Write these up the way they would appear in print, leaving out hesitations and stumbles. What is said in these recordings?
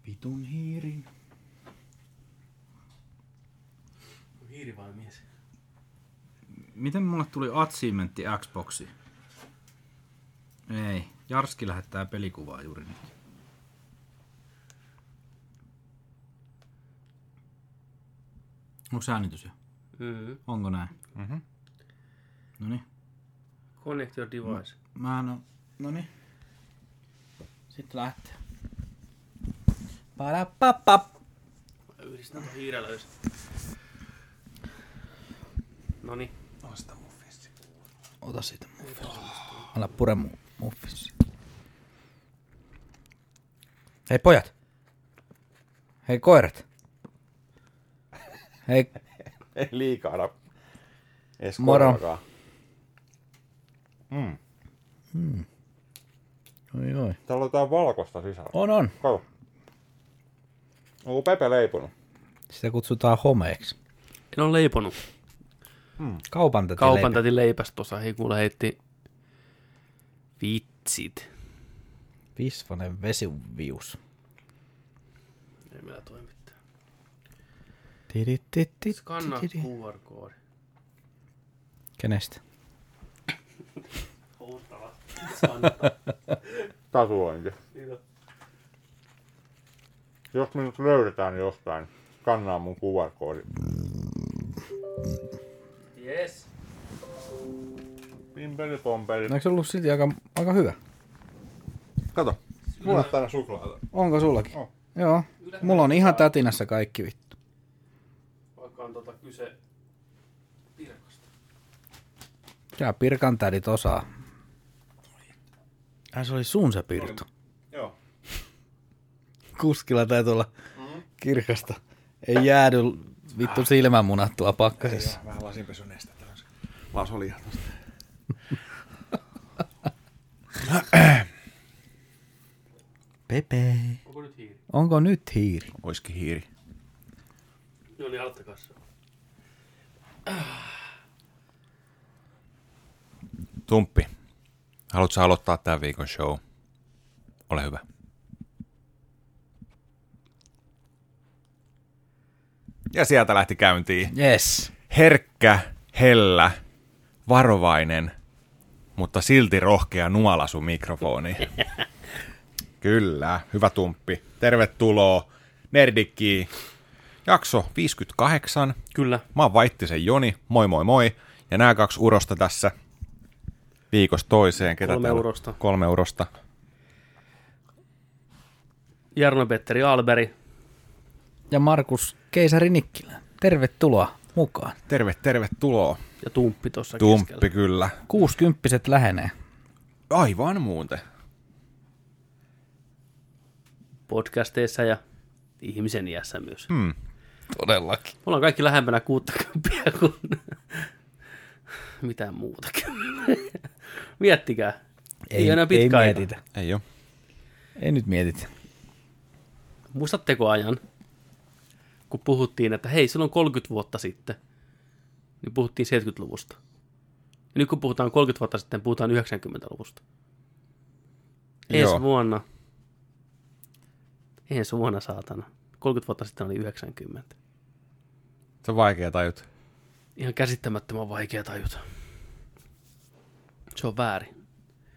Vitun hiiri. Hiiri vai mies? Miten mulle tuli achievementti Xboxiin? Ei. Jarski lähettää pelikuvaa juuri nyt. Onko äänitys jo? Mm-hmm. Onko näin? Mhm. Noniin. Connect your device. Mä en oo... Noniin. Sitten lähtee. Parapapap. Yhdistän tuon hiirellä jos. Noniin. Osta muffissi. Ota siitä muffissi. Älä pure muffissi. Hei pojat. Hei koirat. Hei. Ei liikaa edes Moro. korvakaan. Oi. Täällä on jotain valkoista sisällä. On. Kato. Onko Pepe leiponut? Sitä kutsutaan homeeksi. En ole leiponut. Kaupan täti Kaupan täti leipäs tuossa. Hei kuule heitti vitsit. Visvanen Vesuvius. Ei meillä toimi mitään. Skannaa QR-koodi. Kenestä? Huutava. Skannata. Tatuointi. Jos minut löydetään jostain, kannaa mun QR-koodi. Yes. Pimpeli pompeli. Eikö se ollut silti aika hyvä? Kato. Mulla on täällä suklaata. Onko sullakin? On. Joo. Mulla on ihan tätinässä kaikki vittu. Vaikka on kyse Pirkasta. Tää Pirkan tädit osaa. Se oli sun se Pirtu. Joo. Kuskilla täytyy olla kirkasta. Ei jäädy vittu silmämunat tuolla pakkasessa. Vähän lasinpesunestettä. Lasolia tosta. Pepe. Onko nyt hiiri? Onko nyt hiiri? Oiski hiiri. Joo niin, aloittakaa se. Tumppi, haluatko aloittaa tämän viikon show? Ole hyvä. Ja sieltä lähti käyntiin. Yes. Herkkä, hellä, varovainen, mutta silti rohkea nuolasu mikrofoni. Kyllä, hyvä Tumppi. Tervetuloa Nerdikkiin. Jakso 58. Kyllä. Mä oon Vaittisen Joni. Moi moi moi. Ja nämä kaksi urosta tässä viikosta toiseen. Ketä 3 täällä? eurosta. 3 eurosta. Jarno-Petteri Alberi. Ja Markus Keisari Nikkilä. Tervetuloa mukaan. Tervetuloa. Ja Tumppi tuossa Tumppi keskellä. kyllä. 60 lähenee. Aivan muuten. Podcasteissa ja ihmisen iässä myös. Todellakin. Me ollaan kaikki lähempänä 60 kuin mitään muutakin. Miettikää. Ei enää pitkä aika. mietitä. Ei oo. Ei nyt mietitä. Muistatteko ajan, kun puhuttiin, että hei, silloin 30 vuotta sitten, niin puhuttiin 70-luvusta. Ja nyt kun puhutaan 30 vuotta sitten, puhutaan 90-luvusta. Joo. Ensi vuonna saatana. 30 vuotta sitten oli 90. Se on vaikea tajuta. Ihan käsittämättömän vaikea tajuta. Se on väärin.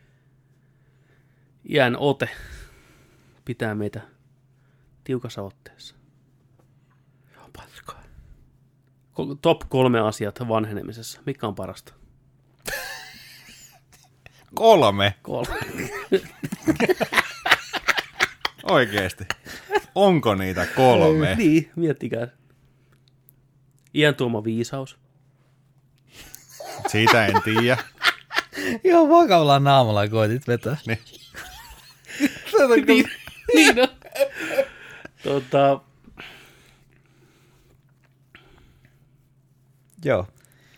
Iän ote pitää meitä tiukassa otteessa. Joo, paskaa. Top 3 asiat vanhenemisessa. Mikä on parasta? 3. 3. Oikeesti. Onko niitä 3? Niin, miettikää. Iän tuoma viisaus. Siitä en tiedä. Ihan vakavalla naamalla koitit vetää. Niin. Niin on. Joo.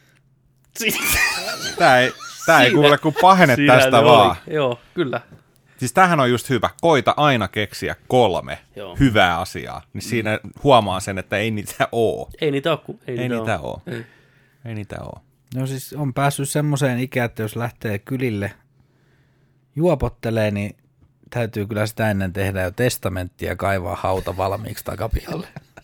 Tää ei kuule kun pahene Siinä tästä ne vaan. oli. Joo, kyllä. Siis tämähän on just hyvä. Koita aina keksiä 3 Joo. hyvää asiaa. Niin siinä huomaa sen, että ei niitä oo. Ei niitä ole. Ei niitä oo. Ei. Ei niitä oo. No siis on päässyt semmoiseen ikään, että jos lähtee kylille juopottelee, niin täytyy kyllä sitä ennen tehdä jo testamentti ja kaivaa hauta valmiiksi takapihalle.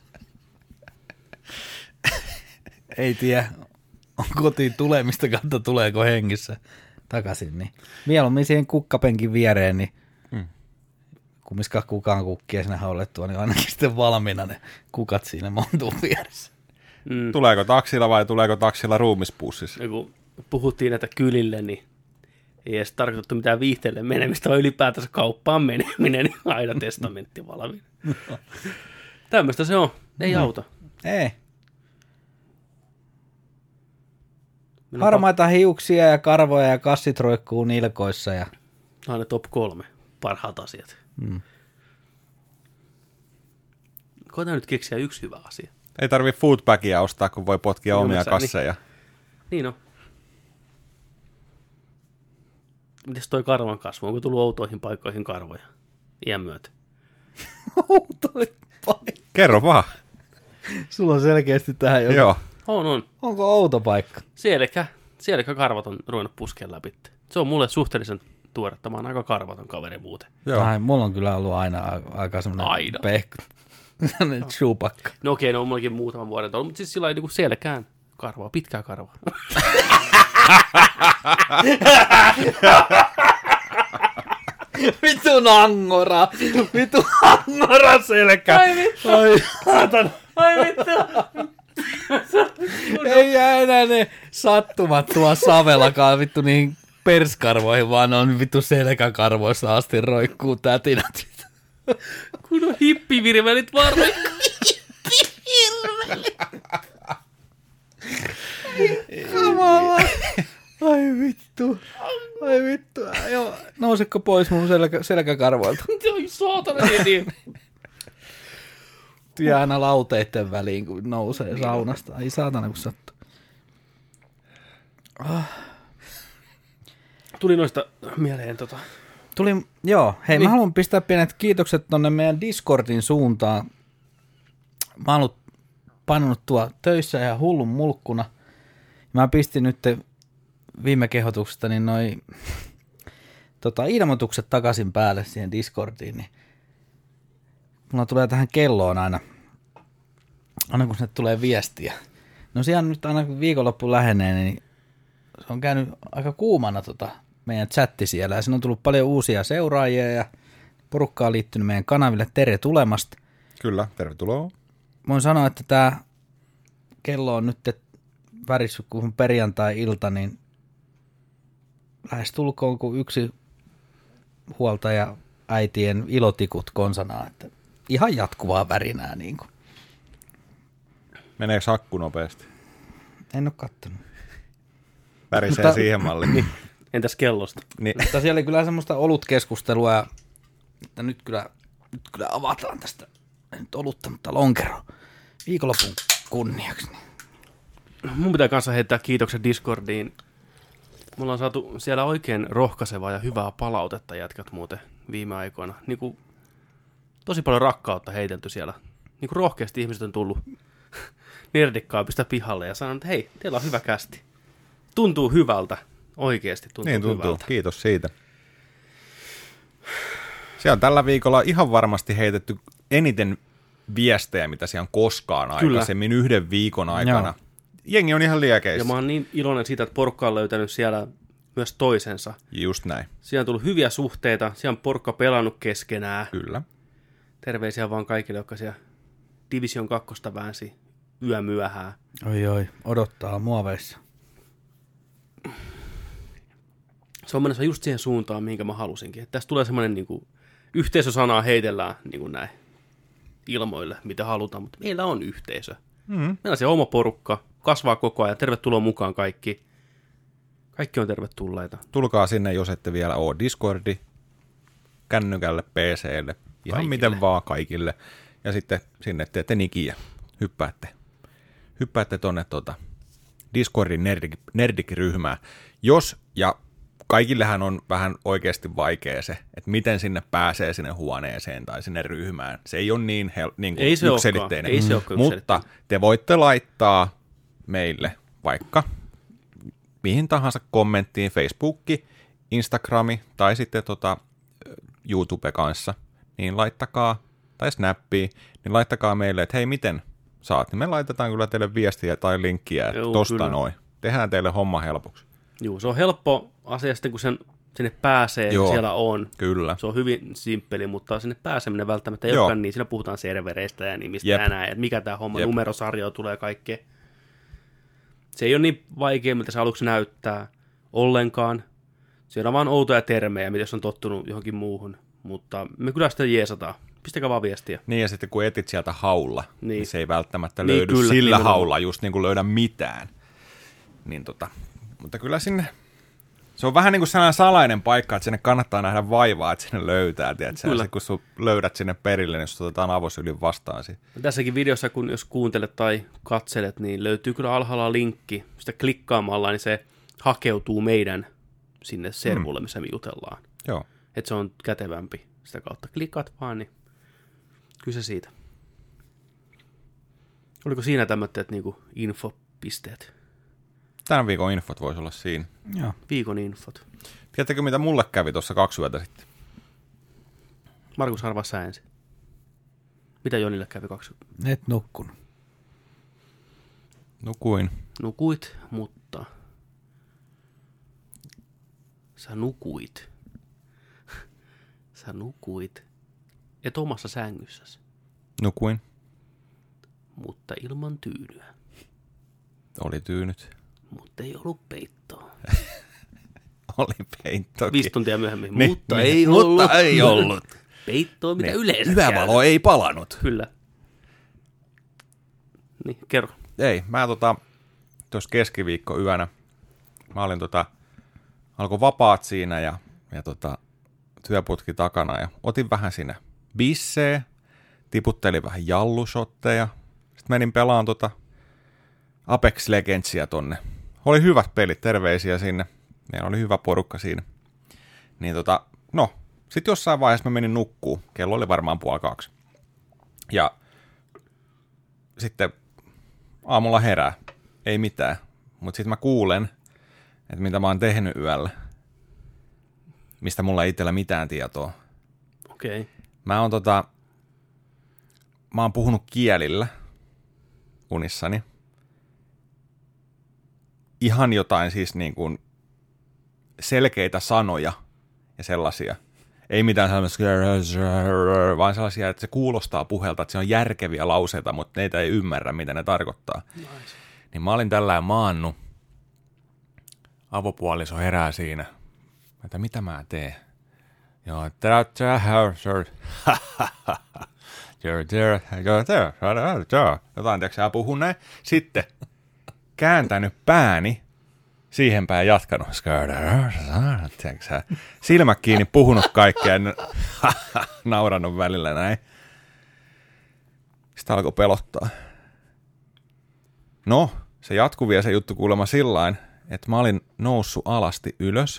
Ei tiedä, on kotiin tulemista kautta tuleeko hengissä takaisin. Niin. Mieluummin siihen kukkapenkin viereen, niin kummiskaan kukaan kukkia siinä haulettua, niin ainakin sitten valmiina ne kukat siinä montun vieressä. Tuleeko taksilla vai tuleeko taksilla ruumispussissa? Ja kun puhuttiin näitä kylille, niin ei edes tarkoitettu mitään viihteelle menemistä, vaan ylipäätänsä kauppaan meneminen, niin aina testamentti valmiina. Tämmöistä se on, ei auta. Ei. Harmaita hiuksia ja karvoja ja kassit roikkuu nilkoissa. Ja... Aina top 3 parhaat asiat. Koetaan nyt keksiä yksi hyvä asia. Ei tarvii foodbagia ostaa, kun voi potkia omia Yleensä, kasseja. Niin on. Mites toi karvan kasvu? Onko tullut outoihin paikkoihin karvoja iän myötä? Outoin paikka. Kerro vaan. Sulla on selkeästi tähän joku. Joo. On. Onko outo paikka? Sielikäkarvat on ruvennut puskeen läpi. Se on mulle suhteellisen tuoretta. Mä oon aika karvaton kaveri muuten. Joo. Ai, mulla on kyllä ollut aina aika semmoinen Aina. pehku. Sellainen chupakka. No okei, no on mullakin muutaman vuoden ollut, mutta siis sillä niin selkään karvaa, pitkää karvaa. Vitun angora. Vitun angora selkä. Ai vittu. Ai saatana. Ai vittu. Ei jää enää ne sattumat tuo savelakaan vittu niin perskarvoihin, vaan on vittu selkäkarvoissa asti roikkuu tätinät. Kun on hippivirvelit varmaan. Kamala. Ai vittu. Ai vittu. Joo, nouseko pois mun selkäkarvoilta? Oi saatana, niin. Jää aina lauteitten väliin, kun nousee saunasta. Ai saatana, kun sattuu. Tuli noista mieleen Joo, hei, Niin. mä haluan pistää pienet kiitokset tonne meidän Discordin suuntaan. Mä oon ollut painunut tuo töissä ja hullun mulkkuna. Mä pistin nyt viime kehotuksesta niin noi ilmoitukset takaisin päälle siihen Discordiin, niin mulla tulee tähän kelloon aina kun sinne tulee viestiä. No siellä nyt aina kun viikonloppu lähenee, niin se on käynyt aika kuumana meidän chatti siellä, ja siinä on tullut paljon uusia seuraajia, ja porukka on liittynyt meidän kanaville. Tere tulemasta. Kyllä, tervetuloa. Voin sanoa, että tämä kello on nyt värissyt kuin perjantai-ilta, niin lähes tulkoon kuin yksi huoltaja äitien ilotikut konsanaan, että ihan jatkuvaa värinää. Niin kuin. Meneekö hakku nopeasti? En ole kattonut. Värisee siihen malliin. Entäs kellosta? Niin. Mutta siellä oli kyllä semmoista olutkeskustelua, ja että nyt kyllä avataan tästä nyt olutta, mutta lonkero viikonlopun kunniaksi. Mun pitää kanssa heittää kiitokset Discordiin. Mulla on saatu siellä oikein rohkaisevaa ja hyvää palautetta jätkät muuten viime aikoina. Niin kuin, tosi paljon rakkautta heitelty siellä. Niin kuin rohkeasti ihmiset on tullut nerdikkaa pistää pihalle ja sanonut, että hei, teillä on hyvä kästi. Tuntuu hyvältä. Oikeasti tuntuu Niin tuntuu. hyvältä. Kiitos siitä. Siellä on tällä viikolla ihan varmasti heitetty eniten viestejä, mitä siellä on koskaan aikaisemmin yhden viikon aikana. Joo. Jengi on ihan liekeissä. Ja mä oon niin iloinen siitä, että porukka on löytänyt siellä myös toisensa. Just näin. Siellä on tullut hyviä suhteita, siellä on porukka pelannut keskenään. Kyllä. Terveisiä vaan kaikille, jotka siellä Division 2 väänsi yömyöhään. Oi, odottaa muoveissa. Se on menossa just siihen suuntaan, mihinkä mä halusinkin. Että tässä tulee semmoinen niin kuin, yhteisösanaa heitellään niin kuin näin ilmoille, mitä halutaan, mutta meillä on yhteisö. Meillä on se oma porukka, kasvaa koko ajan, tervetuloa mukaan kaikki. Kaikki on tervetulleita. Tulkaa sinne, jos ette vielä ole. Discordi, kännykälle, PC:lle, ihan Kaikille. miten vaan kaikille. Ja sitten sinne teette nikiä, hyppäätte tonne Discordin nerdikiryhmään. Jos, ja kaikillehän on vähän oikeasti vaikea se, että miten sinne pääsee sinne huoneeseen tai sinne ryhmään. Se ei ole niin, niin kuin Ei se yksiselitteinen. olekaan. Ei se olekaan Mutta te voitte laittaa meille vaikka mihin tahansa kommenttiin, Facebookki, Instagrami tai sitten YouTube kanssa, niin laittakaa, tai Snappia, niin laittakaa meille, että hei, miten saat, niin me laitetaan kyllä teille viestiä tai linkkiä, että tosta noin. Tehdään teille homma helpoksi. Joo, se on helppo asia sitten, kun sinne pääsee, siellä on. Kyllä. Se on hyvin simppeli, mutta sinne pääseminen välttämättä ei olekaan niin. Siinä puhutaan servereistä ja nimistä ja näin, että mikä tämä homma, numerosarja tulee kaikkea. Se ei ole niin vaikea, miltä se aluksi näyttää ollenkaan. Siellä on vaan outoja termejä, mitä jos on tottunut johonkin muuhun. Mutta me kyllä sitä jeesataan. Pistäkää vaan viestiä. Niin, ja sitten kun etit sieltä haulla, niin se ei välttämättä niin, löydy kyllä, sillä haulla, just niin kuin löydä mitään. Niin mutta kyllä sinne, se on vähän niin kuin sellainen salainen paikka, että sinne kannattaa nähdä vaivaa, että sinne löytää. Tiedätkö? Kun sun löydät sinne perille, niin sut otetaan avosylin vastaan. Tässäkin videossa, kun jos kuuntelet tai katselet, niin löytyy kyllä alhaalla linkki. Sitä klikkaamalla, niin se hakeutuu meidän sinne servulle, missä me jutellaan. Joo. Että se on kätevämpi sitä kautta. Klikkaat vaan, niin kyse siitä. Oliko siinä tämmöiset niinku infopisteet? Tämän viikon infot voisi olla siinä. Joo. Viikon infot. Tiedättekö, mitä mulle kävi tuossa 2 yötä sitten? Markus, arvaa sä ensin. Mitä Jonille kävi 2 yötä? Et nukkunut. Nukuin. Nukuit, mutta sä nukuit. Sä nukuit. Et omassa sängyssäsi. Nukuin. Mutta ilman tyynyä. Oli tyynyt. Mutta ei ollut peittoa. Oli peittokin. 5 tuntia myöhemmin. Ne, mutta ei ollut. Mutta ei ollut. Peittoa, mitä yleensä yövalo ei palanut. Kyllä. Niin, kerro. Ei, mä tuossa keskiviikko yönä, mä olin alkoi vapaat siinä ja työputki takana ja otin vähän siinä bissee, tiputtelin vähän jallusotteja, sitten menin pelaan Apex Legendsia tonne. Oli hyvät pelit, terveisiä sinne, meillä oli hyvä porukka siinä. Niin sitten jossain vaiheessa mä menin nukkuun, kello oli varmaan 1:30. Ja sitten aamulla herää, ei mitään, mutta sitten mä kuulen, että mitä mä oon tehnyt yöllä, mistä mulla ei itsellä mitään tietoa. Okei. Okay. Mä oon puhunut kielillä unissani. Ihan jotain siis niin kuin selkeitä sanoja ja sellaisia. Ei mitään sellaisia, vaan sellaisia, että se kuulostaa puhelta, että se on järkeviä lauseita, mutta neitä ei ymmärrä, mitä ne tarkoittaa. Nice. Niin mä olin tällään maannut. Avopuoliso herää siinä. Että mitä mä teen? Joo, jotain, tiedätkö sä puhun näin. Sitten kääntänyt pääni siihen päin jatkanut. Silmät kiinni, puhunut kaikkea. Nauranut välillä näin. Sitten alkoi pelottaa. No, se jatkui vielä se juttu kuulemma sillain, että mä olin noussut alasti ylös.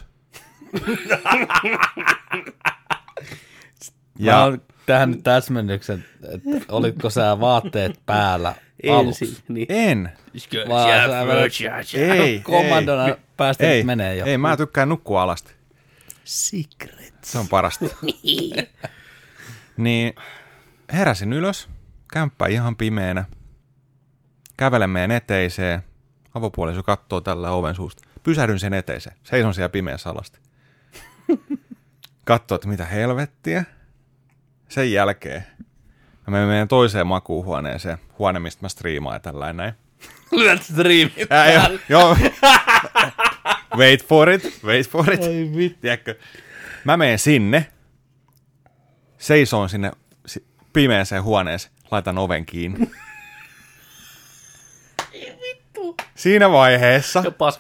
Ja mä oon tähän täsmennyksen, että olitko sä vaatteet päällä ensin? Niin. En. Ei. Kommandona päästä menee jo. Ei, mä tykkään nukkua alasti. Secret. Se on parasta. Niin heräsin ylös, kämppä ihan pimeänä. Kävelen meidän eteiseen. Avopuoliso kattoo tällä oven suusta. Pysähdyn sen eteiseen. Seison siellä pimeässä alasti. Katsoo, että mitä helvettiä. Sen jälkeen mä menen meidän toiseen makuuhuoneeseen. Huone, mistä mä striimaan ja tällainen näin. Lyöt striimit päälle. Joo. Wait for it. Ei vittu. Tiedätkö? Mä menen sinne. Seisoon sinne pimeäseen huoneeseen. Laitan oven kiinni. Siinä vaiheessa,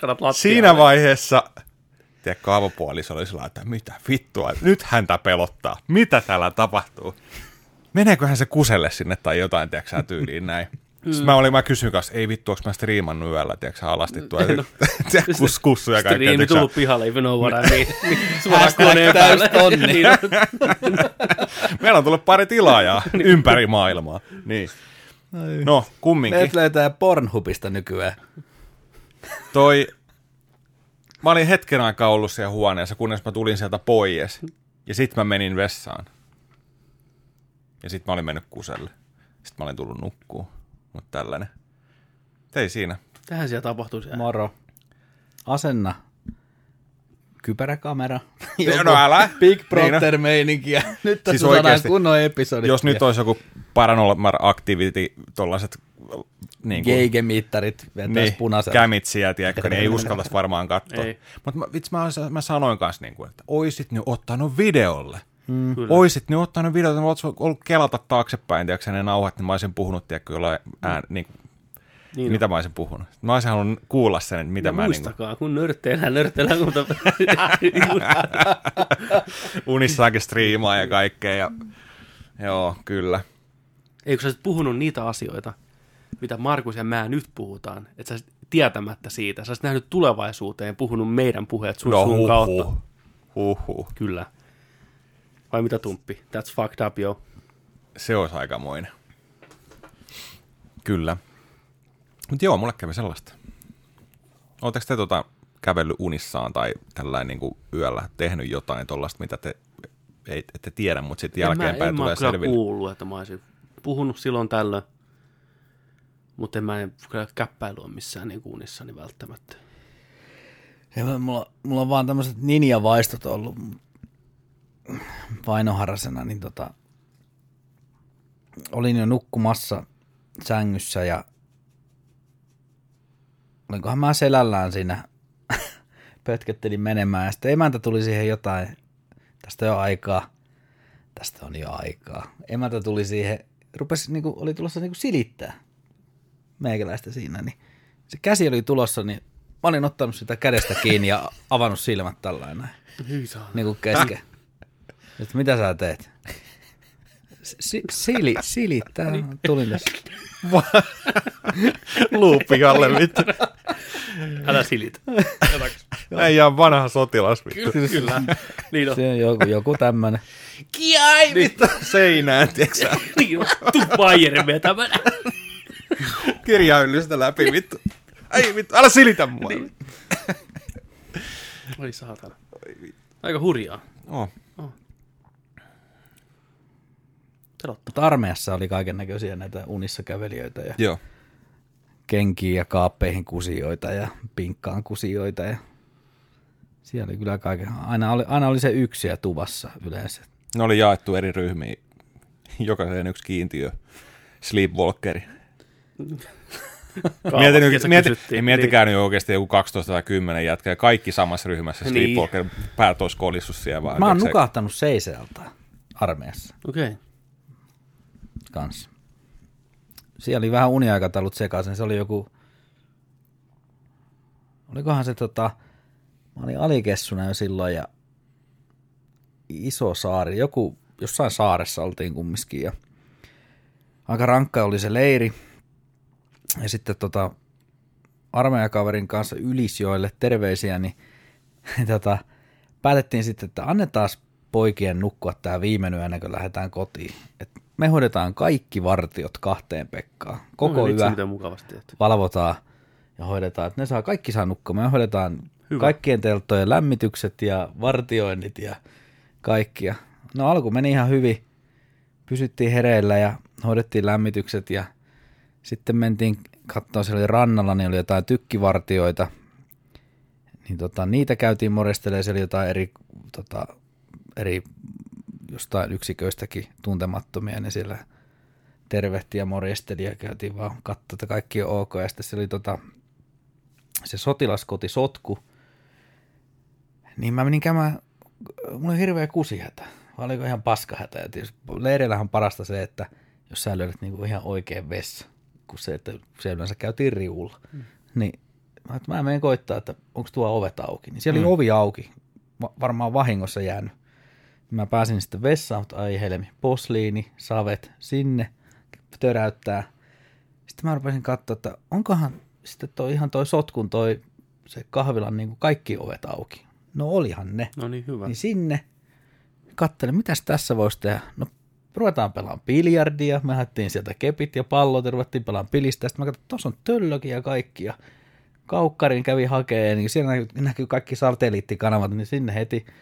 tiedätkö, avopuoliso oli sillä, että mitä vittua, nyt häntä pelottaa, mitä täällä tapahtuu, meneeköhän se kuselle sinne tai jotain, tiedätkö sä, tyyliin näin. Sitten mä kysyin kanssa, ei vittu, onko mä striimannut yöllä, tiedätkö sä, alasti tuo, kussu ja kaikkea. Striimi tullut pihalle, even know what I mean. #täystonni. Meillä on tullut pari tilaajaa ympäri maailmaa, niin. No, kumminkin. Meidät löytää Pornhubista nykyään. Mä olin hetken aikaa ollut siellä huoneessa, kunnes mä tulin sieltä pois. Ja sit mä menin vessaan. Ja sit mä olin mennyt kuselle. Sit mä olin tullut nukkuu. Mutta tällainen. Ei siinä. Tähän siellä tapahtui se. Moro. Asenna. Kypäräkamera. No älä. Big Brother-meininkiä. Nyt tässä siis saadaan kunnon episodi. Jos nyt olisi joku Paranormal Activity, tollaset niin Geige-mittarit vetäisi punaisella. Kämitsiä, tiedätkö, niin ei uskaltaisi varmaan katsoa. Mutta mä sanoin kanssa, niin kuin, että oisit nyt ottanut videolle. Oisit nyt ottanut videolle, että olet ollut kelata taaksepäin, tiedätkö, ne nauhat, niin mä olisin puhunut, tiedätkö, jollain niin mitä mä olisin puhunut. Mä olisin halunnut kuulla sen, että mitä mä... Muistakaa, kun nörtteillään, mutta... Unissaankin striimaa ja kaikkea, ja joo, kyllä. Eikö sä olisit puhunut niitä asioita, mitä Markus ja mä nyt puhutaan, että sä olisit tietämättä siitä, sä olisit nähnyt tulevaisuuteen, puhunut meidän puheet sun kautta. Kyllä. Vai mitä Tumppi? That's fucked up, jo. Se olisi aikamoinen. Kyllä. Mutta joo, mulle kävi sellaista. Oletteko te kävellyt unissaan tai tällainen niin kuin yöllä tehnyt jotain tollaista, mitä te ette tiedä, mutta sitten jälkeenpäin tulee selville? En mä kyllä kuullut, että mä olisin puhunut silloin tällöin, mutta en mä kyllä käppäily ole missään niin unissani välttämättä. Mulla on vaan tämmöiset ninja-vaistot ollut vainoharrasena, niin olin jo nukkumassa sängyssä ja olinkohan mä selällään siinä, pötkettelin menemään ja sitten emäntä tuli siihen jotain, tästä on jo aikaa. Emäntä tuli siihen, rupesi, oli tulossa silittää meikäläistä siinä, niin se käsi oli tulossa, niin mä olin ottanut sitä kädestä kiinni ja avannut silmät tällainen, niin kuin kesken. Sitten mitä sä teet? Silittää, tulin tässä. Luuppihalle vittu. Älä silitä. Ei jää vanha sotilas vittu. Kyllä. Niin on. Se on joku tämmönen. Kiai vittu. Seinään, tiiäksä. Niin on. Tuu Bayerin vetämänä. Kirjahyllystä läpi vittu. Ei vittu, älä silitä mua. Niin. Oi saatana. Aika hurjaa. Oh. Mutta armeijassa oli kaiken näköisiä näitä unissa kävelijöitä ja joo. Kenkiin ja kaappeihin kusijoita ja pinkkaan kusijoita ja siellä oli kyllä kaiken. Aina oli se yksiä tuvassa yleensä. Ne oli jaettu eri ryhmiin. Jokaiseen yksi kiintiö. Sleepwalkeri. Miettikää nyt oikeasti joku 12 tai 10 jätkää ja kaikki samassa ryhmässä. Niin. Sleepwalker, päät olisi kolissus siellä vaan. Mä oon nukahtanut seisealta armeijassa. Okei. Okay. Kanssa. Siellä oli vähän uniaikataulut sekaisin. Se oli joku, olikohan se mä olin alikessuna jo silloin ja iso saari, jossain saaressa oltiin kumminkin ja aika rankka oli se leiri ja sitten armeijakaverin kanssa Ylisjoelle terveisiä, niin päätettiin sitten, että annetaan poikien nukkua tää viimeinen ennen kuin lähdetään kotiin. Et me hoidetaan kaikki vartiot 2 Pekkaan. Koko yö valvotaan ja hoidetaan, että ne kaikki saa nukkua. Me hoidetaan kaikkien telttojen lämmitykset ja vartioinnit ja kaikkia. No alku meni ihan hyvin. Pysyttiin hereillä ja hoidettiin lämmitykset ja sitten mentiin katsoa, siellä oli rannalla, niin oli jotain tykkivartioita. Niin niitä käytiin moristelemaan, siellä oli jotain eri jostain yksiköistäkin tuntemattomia, ne siellä tervehti ja morjesteli ja käytiin vaan katsoa, että kaikki on ok. Ja sitten se oli se sotilaskoti Sotku, niin mä menin käymään, mulla oli hirveä kusihätä, vai oliko ihan paskahätä. Ja leireillähän on parasta se, että jos sä löydät niinku ihan oikein vessa, kun se, että se yleensä käytiin riulla, niin mä menen koittaa, että onko tuo ovet auki. Niin siellä oli ovi auki, varmaan vahingossa jäänyt. Mä pääsin sitten vessaan, mutta ai helmi, posliini, savet, sinne, töräyttää. Sitten mä rupesin katsoa, että onkohan sitten ihan toi Sotkun, se kahvilan niin kuin kaikki ovet auki. No olihan ne. No niin, hyvä. Niin sinne katselin, mitäs tässä voisi tehdä. No ruvetaan pelaamaan biljardia, me haettiin sieltä kepit ja pallot ja ruvettiin pelaamaan pilistä. Sitten mä katsoin, että tuossa on töllökin ja kaikki ja kaukkarin kävi hakemaan, niin siellä näkyy kaikki satelliittikanavat, niin sinne heti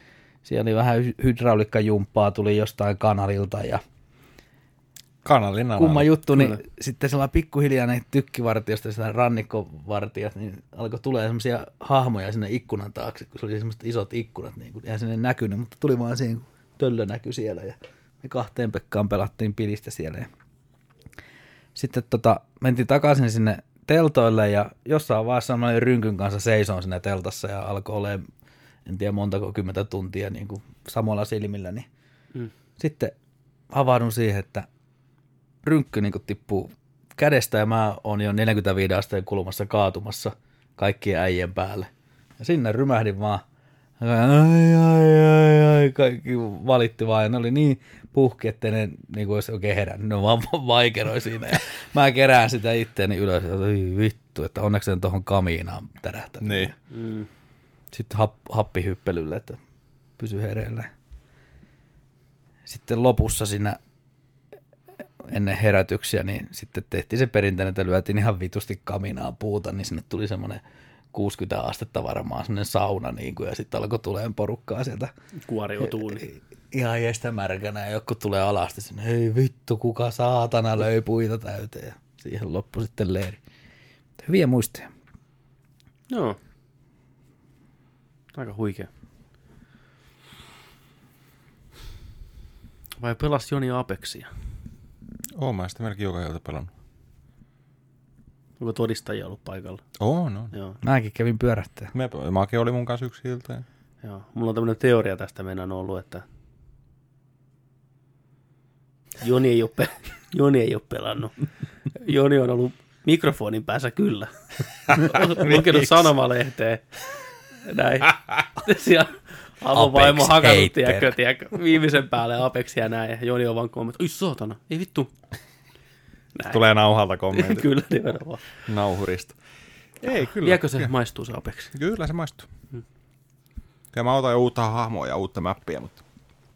siellä oli vähän hydraulikkajumppaa, tuli jostain kanalilta ja Kanalin kumma juttu, niin Kyllä. sitten sellainen pikkuhiljaa ne tykkivartiosta ja rannikkovartijat, niin alkoi tulee semmoisia hahmoja sinne ikkunan taakse, kun se oli semmoiset isot ikkunat, niin kuin, eihän sinne näkynyt, mutta tuli vaan siihen, kun töllö näkyi siellä ja me 2 Pekkaan pelattiin pilistä siellä. Ja sitten mentiin takaisin sinne teltoille ja jossain vaiheessa mä olin rynkyn kanssa seisoon siinä teltassa ja alkoi olemaan, en tiedä montako 10 tuntia niin kuin samalla silmillä, niin sitten havahdun siihen, että rynkky niin kuin tippuu kädestä ja mä oon jo 45 asteen kulmassa kaatumassa kaikkien äijien päälle. Ja sinne rymähdin vaan. Ai, kaikki valitti vaan ja ne oli niin puhki, ettei ne niin kuin olisi oikein herännyt. Ne vaan vaikeroi siinä ja mä kerään sitä itteeni ylös ja vittu, että onneksi en tuohon kamiinaan tärähtänyt. Niin. Sitten happihyppelylle, että pysy hereillä. Sitten lopussa siinä ennen herätyksiä, niin sitten tehtiin se perinteinen, että lyötiin ihan vitusti kaminaan puuta, niin sinne tuli semmoinen 60 astetta varmaan, semmoinen sauna, niin kuin, ja sitten alkoi tulemaan porukkaa sieltä. Kuoriutuuni. Ihan jästä märkänä, ja joku tulee alasti sinne, hei vittu, kuka saatana löi puita täyteen, ja siihen loppui sitten leiri. Hyviä muistoja. Joo. Aika huikea. Vai pelasi Joni Apexia? Oon mä sitä melkein joka ilta pelannut. Onko todistajia ollut paikalla? No. Joo. Mäkin kävin pyörähtää. Make oli mun kanssa yksi ilta. Joo. Mulla on tämmöinen teoria tästä meidän ollut, että Joni ei ole pelannut. Joni on ollut mikrofonin päässä kyllä. Lukenut sanomalehteen. Näin. Siellä avovaimo hakannut, tiedätkö, viimeisen päälle Apexia näin. Ja Joni on vaan kommentti, oi saatana, ei vittu. Näin. Tulee nauhalta kommentti. Kyllä, nimenomaan. Nauhurista. Ei, kyllä. Vieläkö se maistuu se Apex? Kyllä se maistuu. Ja mä otan jo uutta hahmoa ja uutta mappia, mutta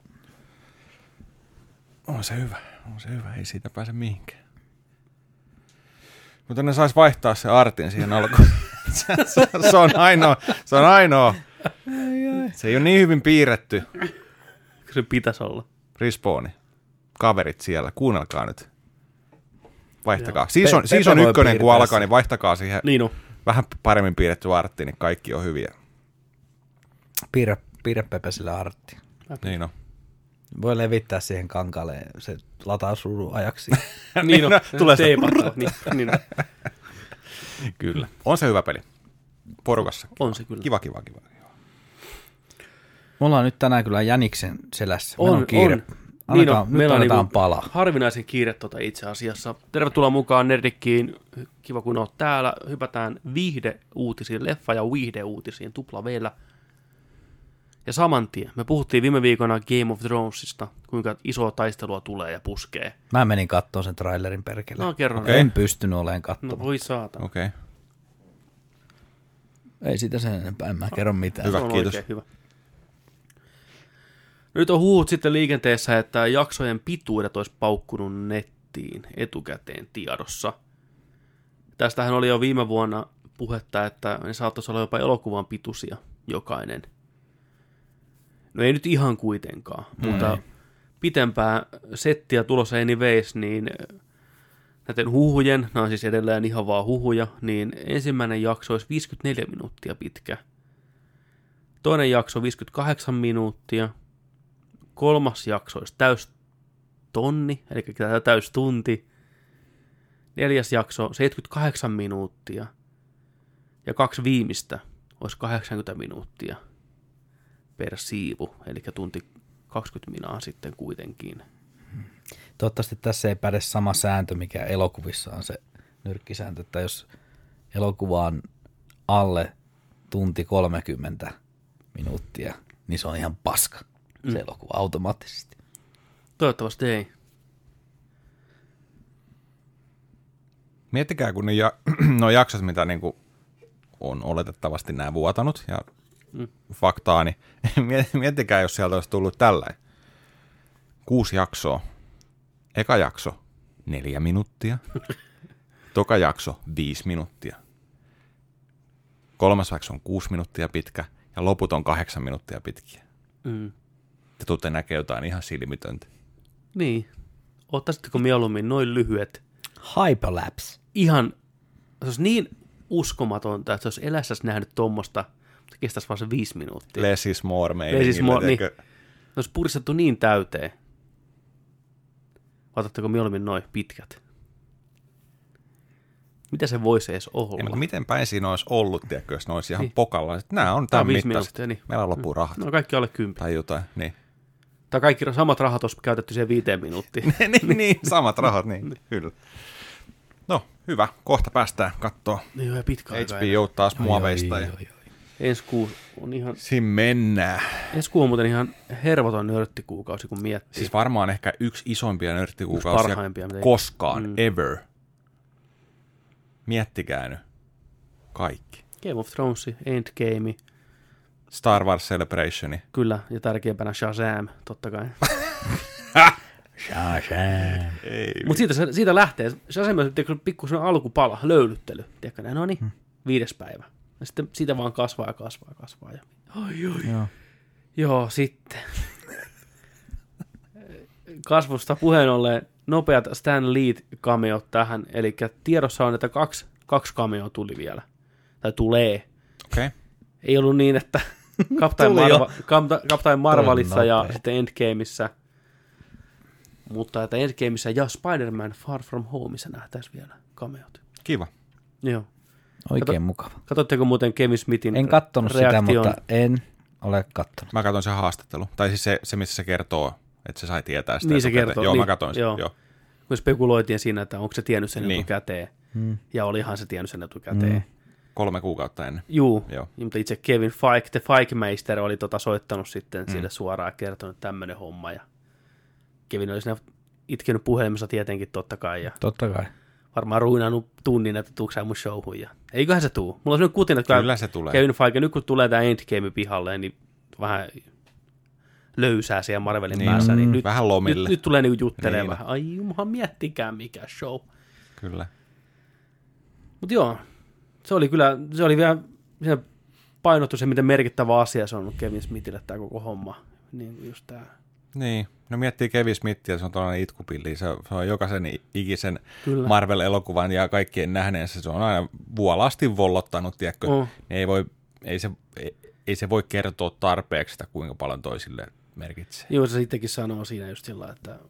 on se hyvä. Ei siitä pääse mihinkään. Mutta ne sais vaihtaa se artin siihen alkuun. se on ainoa. Se ei ole niin hyvin piirretty. Se pitäisi olla. Respawni. Kaverit siellä. Kuunnelkaa nyt. Vaihtakaa. Joo. Season voi 1, kun piirtää alkaa, se. niin vaihtakaa siihen Niin on. vähän paremmin piirretty artti, niin kaikki on hyviä. Piirrä Pepe sille artti. Niin on. Voi levittää siihen kankaalle se latausruudun ajaksi. Niin on. Tulee se- Teipattaa. Niin on. Kyllä. On se hyvä peli. Porukassa. On se kyllä. Kiva. Mulla on nyt tänään kyllä jäniksen selässä. Meillä on kiire. Niin Annetaan, on. nyt Meillä on annetaan niinku palaa. harvinaisen kiire itse asiassa. Tervetuloa mukaan Nerdikkiin. Kiva kun oot täällä. Hypätään viihdeuutisiin, leffa- ja viihdeuutisiin tupla vielä. Ja saman tien. Me puhuttiin viime viikona Game of Thronesista, kuinka isoa taistelua tulee ja puskee. Mä menin kattoon sen trailerin perkele. No kerro. Okei. En pystynyt olemaan No katsomaan. voi saatana. Okei. Ei sitä sen enempää, en mä kerro mitään. Hyvä. Se on kiitos. oikein hyvä. Nyt on huut sitten liikenteessä, että jaksojen pituudet olisi paukkunut nettiin etukäteen tiedossa. Tästähän oli jo viime vuonna puhetta, että ne saattaisi olla jopa elokuvan pituisia jokainen. No ei nyt ihan kuitenkaan, mutta pitempää settiä tulossa anyways, niin näiden huhujen, nämä on siis edelleen ihan vaan huhuja, niin ensimmäinen jakso olisi 54 minuuttia pitkä. Toinen jakso 58 minuuttia. Kolmas jakso olisi täystonni, eli täystunti. Neljäs jakso 78 minuuttia. Ja 2 viimeistä olisi 80 minuuttia per siivu, eli tunti 20 minaa sitten kuitenkin. Toivottavasti tässä ei päde sama sääntö, mikä elokuvissa on se nyrkkisääntö, että jos elokuva on alle tunti 30 minuuttia, niin se on ihan paska se elokuva automaattisesti. Toivottavasti ei. Miettikää, kun ne jaksot, mitä niinku on oletettavasti nämä vuotanut ja faktaa, niin miettikää, jos sieltä olisi tullut tällainen. 6 jaksoa. Eka jakso 4 minuuttia. Toka jakso 5 minuuttia. Kolmas jakso on 6 minuuttia pitkä ja loput on 8 minuuttia pitkiä. Te tuutte näkee jotain ihan silmitöntä. Niin. Ottaisitteko mieluummin noin lyhyet? Hyperlapse. Ihan, se olisi niin uskomatonta, että se olisi elässäsi nähnyt tuommoista, se kestäisi vaan se 5 minuuttia. Less is more Less is more, niin. Se olisi puristettu niin täyteen. Otatteko mieluummin noin pitkät? Mitä se voisi edes olla? Mutta miten päin siinä olisi ollut, tiedätkö, jos ne olisi ihan pokalla. Nämä on tämän mittaiset. Niin. Meillä loppuu rahat. No kaikki alle 10. Tai jotain, niin. Tai kaikki samat rahat olisi käytetty siihen 5 minuuttiin. niin, samat rahat, niin, kyllä. No, hyvä. Kohta päästään katsoa. Joo, ja pitkä aika. HBO taas muoveista. Ensi kuu on ihan... Siinä mennään. Ensi kuu on muuten ihan hervoton nörttikuukausi, kun miettii. Siis varmaan ehkä yksi isoimpia nörttikuukausia koskaan, ever. Miettikää nyt. Kaikki. Game of Thrones, Endgame. Star Wars Celebration. Kyllä, ja tärkeimpänä Shazam, totta kai. Shazam. Mutta siitä lähtee. Shazam on pikkuisen alkupala, löylyttely. Tiedätkö, no niin, 5. päivä. Ja sitten siitä vaan kasvaa. Ja... Joo, sitten. Kasvusta puheen ollen nopeat Stan Lee-cameot tähän. Eli tiedossa on, että kaksi cameoa tuli vielä. Tai tulee. Okay. Ei ollut niin, että Captain Marvelissa ja sitten Endgameissa. Mutta että Endgameissa ja Spider-Man Far From Homeissa nähtäisiin vielä cameot. Kiva. Joo. Oikein mukava. Katsotteko muuten Kevin Smithin En kattonut reaktion? sitä, mutta en ole kattonut. Mä katson sen haastattelu. Tai siis se missä se kertoo, että se sai tietää sitä. Niin se kertoo. Joo, niin, mä katsoin sen. Joo. Me spekuloitiin siinä, että onko se tiennyt sen etukäteen. Ja olihan se tiennyt sen etukäteen. 3 kuukautta ennen. Joo. Mutta itse Kevin Feige, The Feige-meister, oli soittanut sitten sille suoraan ja kertonut, että tämmöinen homma. Ja Kevin oli siinä itkenyt puhelimessa tietenkin totta kai. Ja totta kai. varmaan ruinannut tunnin, että tuuko sä mun showhun. Ja eiköhän se tuu. Mulla on sellainen kutin, että kyllä se tulee. Kevin Feige, nyt kun tulee tämä Endgame pihalle, niin vähän löysää siellä Marvelin päässä. Niin nyt, vähän lomille. Nyt tulee niinku juttelemaan vähän. Ai jumahan, miettikää mikä show. Kyllä. Mutta joo, se oli vielä painottu se, miten merkittävä asia se on ollut Kevin Smithille tämä koko homma. Niin just tämä. Niin, no miettii Kevin Smithia, se on tällainen itkupilli, se on jokaisen ikisen Kyllä. Marvel-elokuvan ja kaikkien nähneensä, se on aina vuolaasti vollottanut, tiedätkö, ei se voi kertoa tarpeeksi sitä, kuinka paljon toisille merkitsee. Joo, se sittenkin sanoo siinä just sillä, että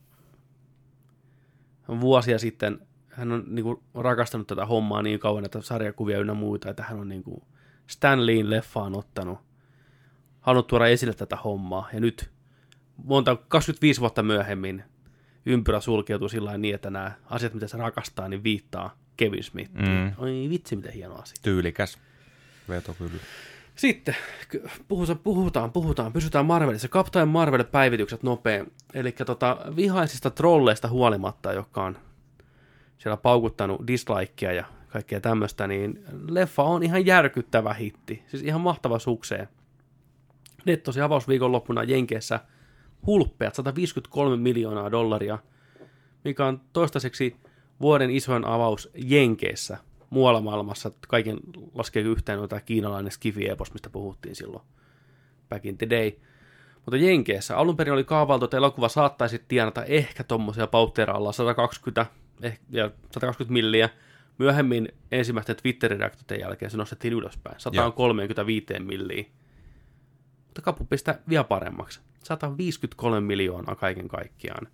vuosia sitten hän on niinku rakastanut tätä hommaa niin kauan, että sarjakuvia ynnä muita, että hän on niinku Stan Leen leffaan halunnut tuoda esille tätä hommaa, ja nyt 25 vuotta myöhemmin ympyrä sulkeutuu sillä niin, että nämä asiat, mitä se rakastaa, niin viittaa Kevin Smithiin. Oi vitsi, miten hieno asia. Tyylikäs veto kyllä. Sitten pysytään Marvelissa. Captain Marvel-päivitykset nopea. Eli vihaisista trolleista huolimatta, jotka on siellä paukuttanut dislikeja ja kaikkea tämmöistä, niin leffa on ihan järkyttävä hitti. Siis ihan mahtava sukseen. Nettosi avausviikonloppuna Jenkeissä hulppeat $153 miljoonaa, mikä on toistaiseksi vuoden isoin avaus Jenkeissä. Muualla maailmassa kaiken laskee yhteen noita kiinalainen skifi-epos, mistä puhuttiin silloin back in the day. Mutta Jenkeissä alun perin oli kaavailtu, että elokuva saattaisi tienata ehkä tommosia pautteeralla 120 milliä. Myöhemmin ensimmäisten Twitter-reaktioiden jälkeen se nostettiin ylöspäin 135 milliä. Mutta kapu pistää vielä paremmaksi. 153 miljoonaa kaiken kaikkiaan.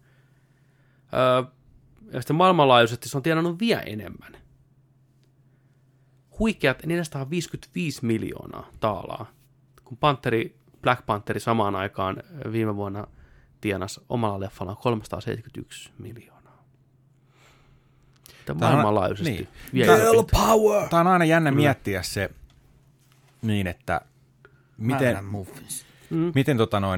Ja sitten maailmanlaajuisesti se on tienannut vielä enemmän. Huikeat 455 miljoonaa taalaa, kun Black Pantheri samaan aikaan viime vuonna tienasi omalla leffalla 371 miljoonaa. Tämä maailmanlaajuisesti Girl power! Tämä on aina jännä miettiä se niin, että miten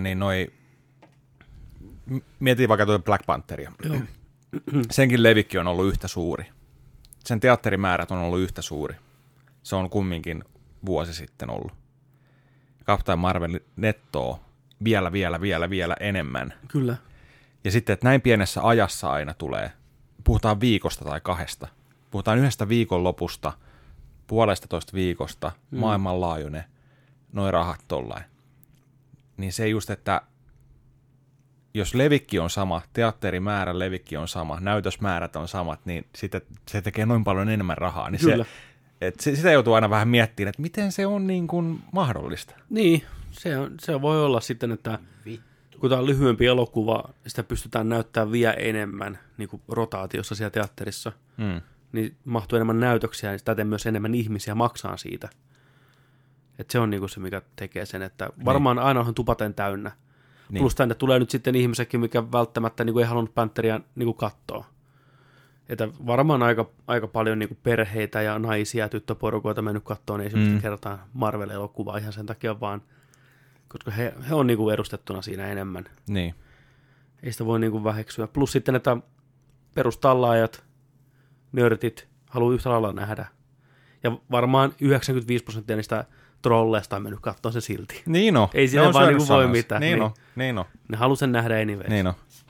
mietin vaikka tuo Black Pantheria. Senkin levikki on ollut yhtä suuri. Sen teatterimäärät on ollut yhtä suuri. Se on kumminkin vuosi sitten ollut. Captain Marvel nettoo vielä enemmän. Kyllä. Ja sitten, että näin pienessä ajassa aina tulee. Puhutaan viikosta tai 2. Puhutaan yhdestä viikonlopusta, 1,5 viikosta, maailmanlaajuinen, noi rahat tollain. niin se just, että jos levikki on sama, teatterimäärä levikki on sama, näytösmäärät on samat, niin se tekee noin paljon enemmän rahaa. Niin Kyllä. sitä joutuu aina vähän miettimään, että miten se on niin kuin mahdollista. Niin, se voi olla sitten, että kun tämä on lyhyempi elokuva, sitä pystytään näyttämään vielä enemmän niin kuin rotaatiossa siellä teatterissa, niin mahtuu enemmän näytöksiä, niin täten myös enemmän ihmisiä maksaa siitä. Et se on niin kuin se, mikä tekee sen, että varmaan aina on tupaten täynnä. Niin. Plus tänne tulee nyt sitten ihmisetkin, mikä välttämättä niin kuin ei halunnut Pantheria niin kuin katsoa. Että varmaan aika paljon niin kuin perheitä ja naisia ja tyttöporukoita mennyt katsoa ensimmäistä kertaa Marvel-elokuvaa ihan sen takia vaan, koska he on niin kuin edustettuna siinä enemmän. Niin. Ei sitä voi niin kuin väheksyä. Plus sitten, että perustallaajat, nörtit haluaa yhtä lailla nähdä. Ja varmaan 95% niistä trolleista on mennyt katsoa se silti. Niin no. Ei siinä vaan niin kuin voi mitään. Niin no. Ne haluaa sen nähdä anyways. Niin no.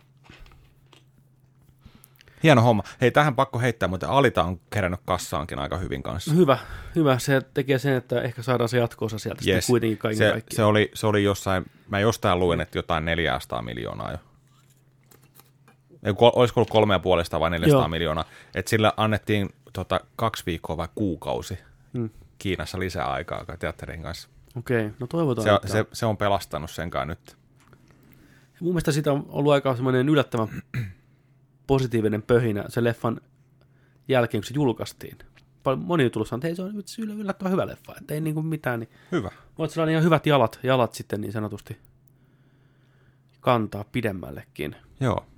Hieno homma. Hei, tähän pakko heittää, mutta Alita on kerännyt kassaankin aika hyvin kanssa. Hyvä. Se tekee sen, että ehkä saadaan se jatko-osa sieltä sitten kuitenkin kaikki. Se oli jossain, mä jostain luin, että jotain 400 miljoonaa jo. Olisiko ollut 3,5 vai 400 miljoonaa. Että sillä annettiin 2 viikkoa vai kuukausi Kiinassa lisää aikaa teatterin kanssa. Okei, no toivotaan. Se on pelastanut senkaan nyt. Mun mielestä siitä on ollut aika semmoinen yllättävän positiivinen pöhinä se leffan jälkeen, kun se julkaistiin. Moni on tullut sanoa, että hei, se on yllättävän hyvä leffa, että ei niinku mitään. Niin hyvä. Voit sellainen ihan hyvät jalat sitten niin sanotusti kantaa pidemmällekin. Joo.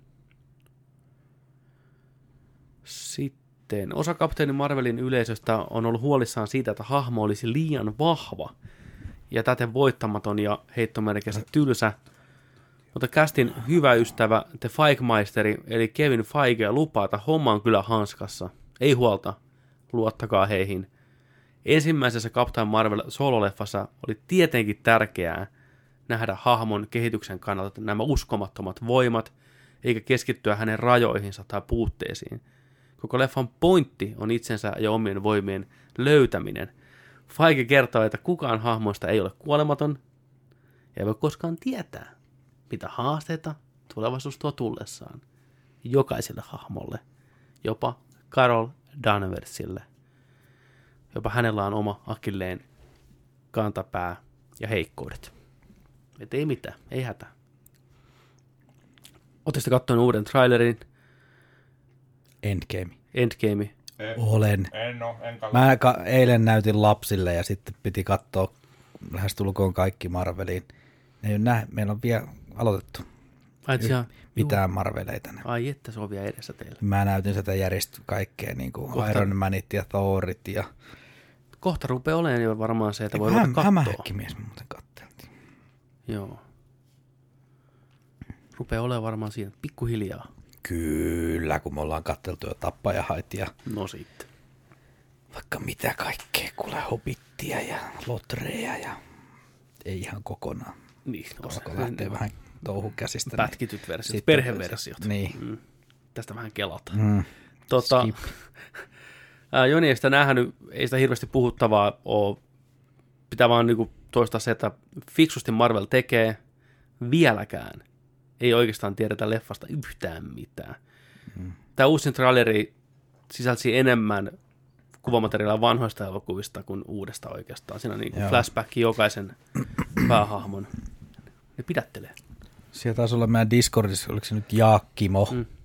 Sitten osa Kapteeni Marvelin yleisöstä on ollut huolissaan siitä, että hahmo olisi liian vahva ja täten voittamaton ja heittomerkissä tylsä. Mutta castin hyvä ystävä The Feigmeisteri eli Kevin Feige lupaa, että homma on kyllä hanskassa. Ei huolta, luottakaa heihin. Ensimmäisessä Captain Marvel sololeffassa oli tietenkin tärkeää nähdä hahmon kehityksen kannalta nämä uskomattomat voimat, eikä keskittyä hänen rajoihinsa tai puutteisiin. Koko leffan pointti on itsensä ja omien voimien löytäminen. Feige kertoo, että kukaan hahmoista ei ole kuolematon, ja ei voi koskaan tietää, mitä haasteita tulevaisuus tuo tullessaan. Jokaiselle hahmolle, jopa Carol Danversille. Jopa hänellä on oma akilleen kantapää ja heikkoudet. Et ei mitään, ei hätä. Ootteko te katsoin uuden trailerin? Endgame. Olen. Mä eilen näytin lapsille ja sitten piti katsoa lähestulkoon kaikki Marveliin. Meillä on vielä aloitettu. Mitään Marveleita. Ai että, se on vielä edessä teillä. Mä näytin sitä kaikkea, niin kuin Iron Manit ja Thorit. Ja kohta rupeaa olemaan jo varmaan se, että voi ruveta katsoa. Hämähäkkimies muuten katteltiin. Joo. Rupeaa olemaan varmaan siinä pikkuhiljaa. Kyllä, kun me ollaan katteltu jo Tappajahait ja no sitten. Vaikka mitä kaikkea, kuule Hobittia ja Lotreja ja ei ihan kokonaan. Niin, alkoi lähtee vähän touhu käsistä. Pätkityt versiot, perheversiot. Niin. Tästä vähän kelataan. Joni ei sitä nähnyt, ei sitä hirveästi puhuttavaa ole. Pitää vaan niinku toistaa se, että fiksusti Marvel tekee vieläkään. Ei oikeastaan tiedetä leffasta yhtään mitään. Tämä uusin traileri sisälsi enemmän kuvamateriaalia vanhoista elokuvista kuin uudesta oikeastaan. Siinä on niin flashback jokaisen päähahmon. Ne pidättelee. Siellä taisi olla meidän Discordissa, oliko se nyt Jaakkimo,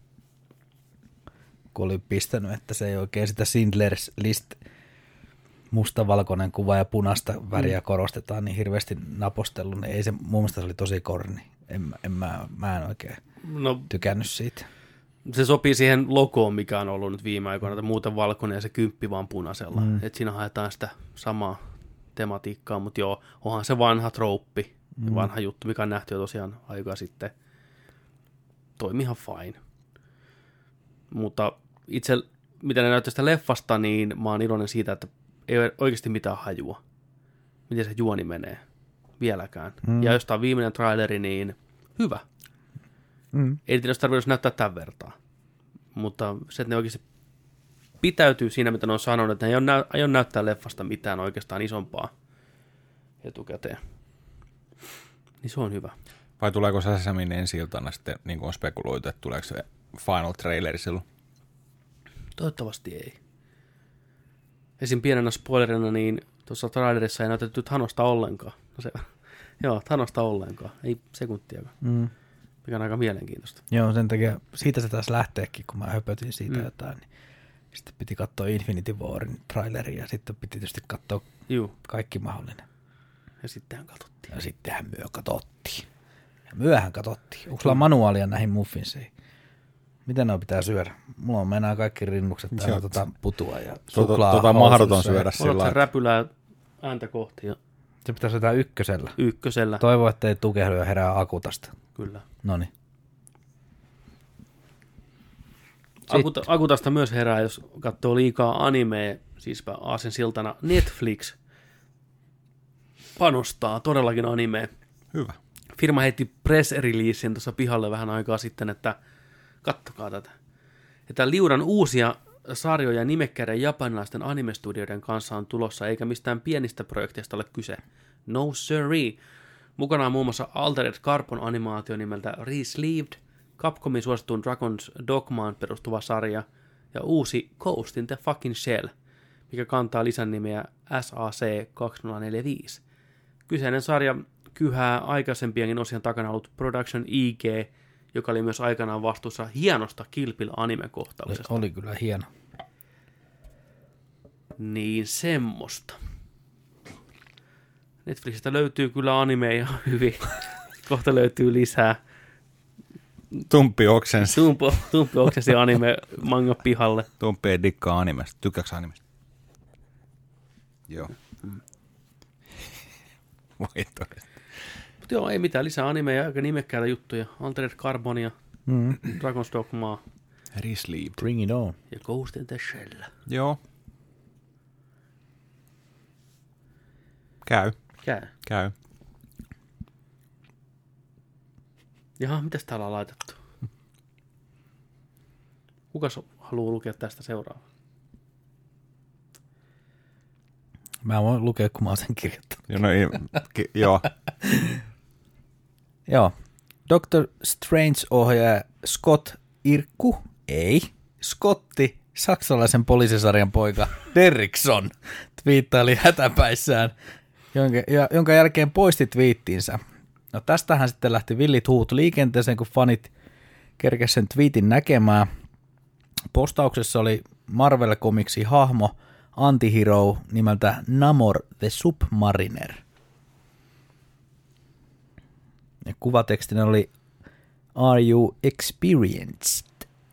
kun oli pistänyt, että se ei oikein sitä Schindler's List mustavalkoinen kuva ja punaista väriä korostetaan niin hirveästi napostellut, niin ei se, mun mielestä se oli tosi korni. Mä en oikein tykännyt siitä. Se sopii siihen logoon, mikä on ollut nyt viime aikoina, että muuten valkoinen ja se kymppi vaan punaisella. Että siinä haetaan sitä samaa tematiikkaa, mutta joo, onhan se vanha trouppi, vanha juttu, mikä on nähty jo tosiaan aikaa sitten. Toimi ihan fine. Mutta itse, mitä ne näyttää sitä leffasta, niin mä oon iloinen siitä, että ei ole oikeasti mitään hajua, miten se juoni menee vieläkään. Ja jos tämä on viimeinen traileri, niin hyvä. Ei tietysti tarvitse näyttää tämän vertaa. Mutta se, että ne oikeasti pitäytyy siinä, mitä ne on sanonut, että ne ei aio näyttää leffasta mitään oikeastaan isompaa etukäteen. Niin se on hyvä. Vai tuleeko Sesamin ensi-iltana sitten, niin kuin on spekuloitu, että tuleeko se final traileri silloin? Toivottavasti ei. Esim. Pienenä spoilerina, niin tuossa trailerissa ei näytetty Thanosta ollenkaan. No se, joo, Thanosta ollenkaan. Ei sekuntiakaan. Mikä on aika mielenkiintoista. Joo, sen takia siitä se taas lähteekin, kun mä höpötin siitä jotain. Niin sitten piti katsoa Infinity Warin traileria ja sitten piti tietysti katsoa kaikki mahdollinen. Ja sittenhän katsottiin. Ja sittenhän myöhän katsottiin. Onko sulla manuaalia näihin muffinsiin? Miten ne pitää syödä? Mulla on mennään kaikki rinnukset täällä putua ja suklaa. Mahdoton syödä sillä lailla. Räpylää ääntä kohti. Ja se pitää syödä ykkösellä. Ykkösellä. Toivon, että ei tukehdu ja herää akutasta. Kyllä. Noniin. Akutasta myös herää, jos katsoo liikaa animea, siispä aasensiltana Netflix panostaa todellakin animeen. Hyvä. Firma heitti press-releasin tuossa pihalle vähän aikaa sitten, että kattokaa tätä. Että liudan uusia sarjoja nimekkäiden japanilaisten animestudioiden kanssa on tulossa, eikä mistään pienistä projekteista ole kyse. No siree. Mukana on muun muassa Altered Carbon animaatio nimeltä Resleeved, Capcomin suosittuun Dragon's Dogmaan perustuva sarja ja uusi Ghost in the Fucking Shell, mikä kantaa lisän nimeä SAC 2045. Kyseinen sarja kyhää aikaisempienkin osien takana ollut Production IG, joka oli myös aikanaan vastuussa hienosta Kill Bill -anime-kohtauksesta. Oli kyllä hieno. Niin semmoista. Netflixistä löytyy kyllä animeja hyvin. Kohta löytyy lisää. Tumppi oksensi. Tumppi oksensi anime manga pihalle. Tumppi ei dikkaa animesta. Tykkääksä animesta? Joo. Voi todella. Mutta joo, ei mitään. Lisää animeja, aika nimekkäitä juttuja. Altered Carbonia, Dragon's Dogmaa. Resleeved. Bring it on. Ja Ghost in the Shell. Joo. Käy. Jaha, mitäs täällä on laitettu? Kukas haluaa lukea tästä seuraavaa? Mä voin lukea, kun mä oon sen kirjoittanut. Joo. Joo. Doctor Strange-ohjaaja Scott Irkku, Scotti, saksalaisen poliisisarjan poika Derrickson, twiittaili hätäpäissään, jonka jälkeen poisti twiittinsä. No tästähän sitten lähti villit huut liikenteeseen, kun fanit kerkesi sen twiitin näkemään. Postauksessa oli Marvel-komiksi hahmo antihero nimeltä Namor the Submariner. Ja kuvatekstinen oli Are you experienced?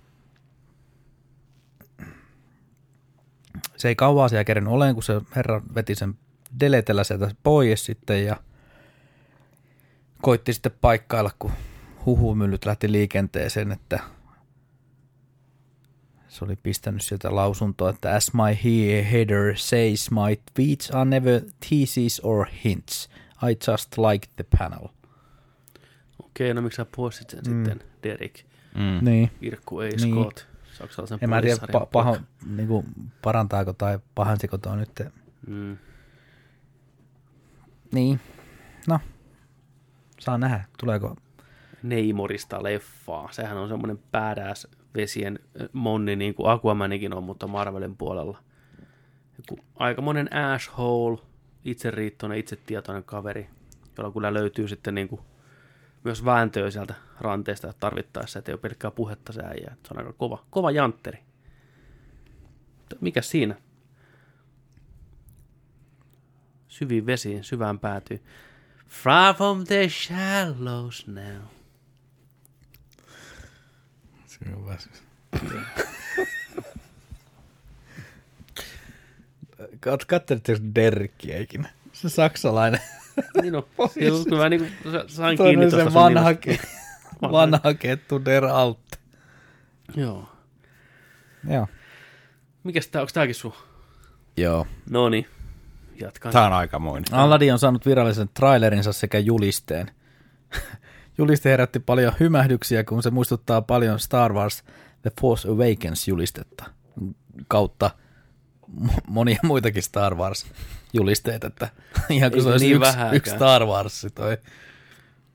Se ei kauaa siellä kerennyt olemaan, kun se herra veti sen deletellä sieltä pois sitten ja koitti sitten paikkailla, kun huhumyllyt lähti liikenteeseen, että se oli pistänyt sieltä lausuntoa, että as my header says, my tweets are never teases or hints. I just like the panel. Okei, no miksi sä poistit sen sitten, Derek? Niin. Irkku ei Scott, saksalaisen en mä tiedä, poliisisarjan niinku, parantaako tai pahansiko tuo nyt. Niin, no, saa nähdä, tuleeko. Neimorista leffaa. Sehän on semmoinen badass vesien monni, niin kuin Aquamanikin on, mutta Marvelin puolella. Aikamoinen asshole, itseriittoinen, itsetietoinen kaveri, jolla kyllä löytyy sitten niin kuin myös vääntöä sieltä ranteesta tarvittaessa, että ei ole pelkkää puhetta se äijä. Se on aika kova jantteri. Mikä siinä? Syviin vesiin, syvään päätyy. Far from the shallows now. Se on väsys. Katselitteko Derrickiä ikinä? Se saksalainen. Niin on. Kyllä niin kuin sain kiinni tuosta sun nimestä. Vanha kettu Der Alte. Joo. Joo. Mikäs tää, onks tääkin sun? Joo. Noniin. Jatkan. Tää on aikamoinen. Aladdin on saanut virallisen trailerinsa sekä julisteen. Juliste herätti paljon hymähdyksiä, kun se muistuttaa paljon Star Wars The Force Awakens -julistetta kautta monia muitakin Star Wars -julisteita, että ihan kuin se olisi yksi Star Wars toi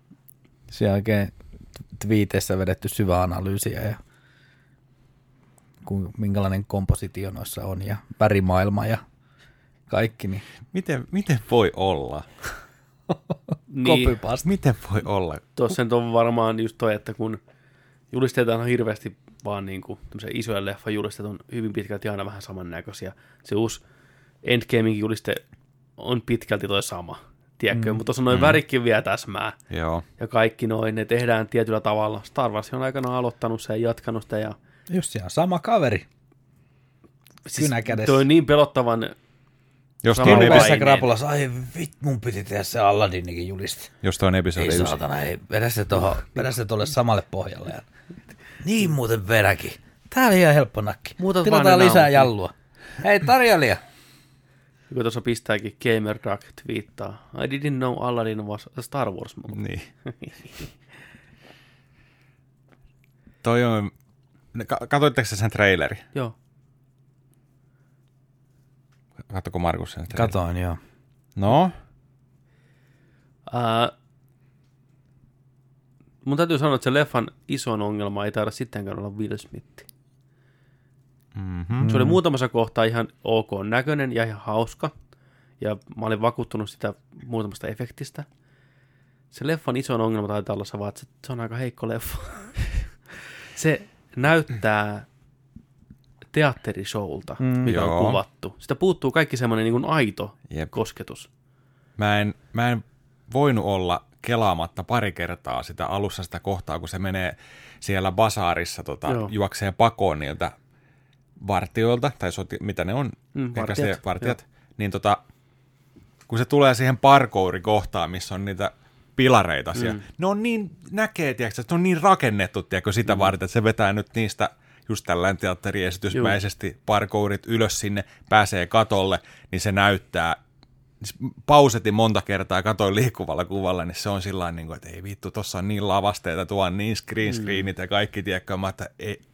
Siellä oikein twiiteissä vedetty syvä analyysiä ja minkälainen kompositio noissa on ja värimaailma ja kaikki. Niin. Miten voi olla? Niin, Miten voi olla? tuossa nyt on varmaan just toi, että kun julisteita on hirveästi vaan niin kuin isoja leffa julisteet on hyvin pitkälti aina vähän samannäköisiä. Se uusi Endgamein juliste on pitkälti toi sama, tiedätkö? Mutta tuossa noin värikin vielä täsmää. Joo. Ja kaikki noin, ne tehdään tietyllä tavalla. Star Wars on aikanaan aloittanut sen ja jatkanut sitä. Ja Just siellä sama kaveri. Kynä kädessä. toi on niin pelottavan Jos Sama toi on vai- Hirveässä Paineen. krapulassa, ai mun piti tehdä se Aladdinikin juliste. jos toi on episodi Ei 9. saatana, ei, vedä se tolle samalle pohjalle. Ja... Niin muuten vedäkin. Tää oli ihan helppo nakki. Muutat Tilataan vaan ne lisää naut. jallua. Hei tarjoilija. kun tuossa pistääkin Gamer Duck twiittaa. I didn't know Aladdin was a Star Wars movie. Niin. Toi on... Katoitteko sä sen traileri? Joo. Katsoko Markus sen traileri? Katoin, joo. No? Mun täytyy sanoa, että se leffan isoin ongelma ei taida sittenkään olla Will Smith. Mm-hmm. Se oli muutamassa kohtaa ihan ok näköinen ja ihan hauska. Ja mä olin vakuuttunut sitä muutamasta efektistä. Se leffan isoin ongelma taitaa olla se vaan, että se on aika heikko leffa. Se näyttää teatterishowlta, mikä Joo. on kuvattu. Sitä puuttuu kaikki semmoinen niin kuin aito Jep. kosketus. Mä en voinut olla kelaamatta pari kertaa sitä alussa sitä kohtaa, kun se menee siellä basaarissa Joo. juoksee pakoon niiltä vartijoilta, tai mitä ne on? Vartijat. Niin kun se tulee siihen parkourikohtaan, missä on niitä pilareita siellä, ne on niin, näkee, tiedätkö, että ne on niin rakennettu, tiedätkö, sitä varten, että se vetää nyt niistä just tällainen teatteriesitysmäisesti parkourit ylös sinne, pääsee katolle, niin se näyttää, pausetin monta kertaa ja katoin liikkuvalla kuvalla, niin se on sillain, niin kuin, että ei vittu, tossa on niin lavasteita, tuo on niin screenit ja kaikki, tiedätkö, että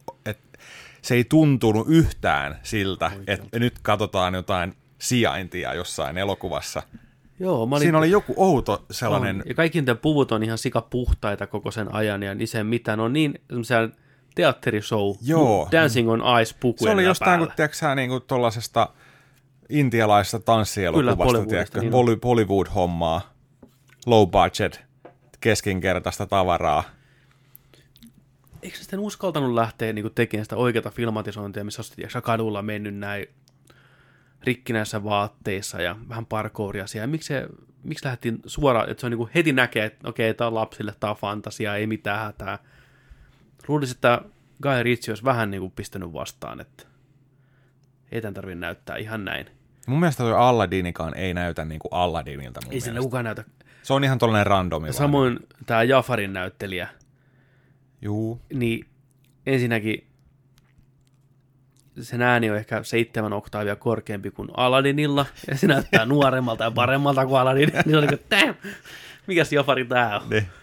se ei tuntunut yhtään siltä, että nyt katsotaan jotain sijaintia jossain elokuvassa. Joo, mä olin... Siinä oli joku outo sellainen... Ja kaikki niiden puvut on ihan sikapuhtaita koko sen ajan, ja niin se mitään on niin semmoisia teatterishow, Joo. Dancing on Ice pukuja Se oli jostain, päällä. kun tiedätkö sä, niin kuin tollasesta intialaisesta tanssielokuvasta, tiedätkö, niin Bollywood-hommaa, low budget, keskinkertaista tavaraa. Eikö se sitten uskaltanut lähteä niin kuin tekemään sitä oikeata filmatisointia, missä olisi kadulla mennyt näin rikkinäisissä vaatteissa ja vähän parkouria siellä. Miksi lähdettiin suoraan, että se on niin kuin heti näkee, että okei, tämä on lapsille, tämä on fantasia, ei mitään hätää. Luulisin, että Guy Ritchie olisi vähän niin kuin pistänyt vastaan, että ei tämän tarvitse näyttää ihan näin. Mun mielestä tuo Aladdinikaan ei näytä niin kuin Aladdinilta mun Ei sillä mielestä. kukaan näytä. Se on ihan tollainen randomi. Samoin tämä Jafarin näyttelijä, Juu. niin ensinnäkin sen ääni on ehkä 7 oktaavia korkeampi kuin Aladdinilla, ja se näyttää nuoremmalta ja paremmalta kuin Aladdin. Niin se oli niin kuin, damn, mikäs Jafari tää on? Ne.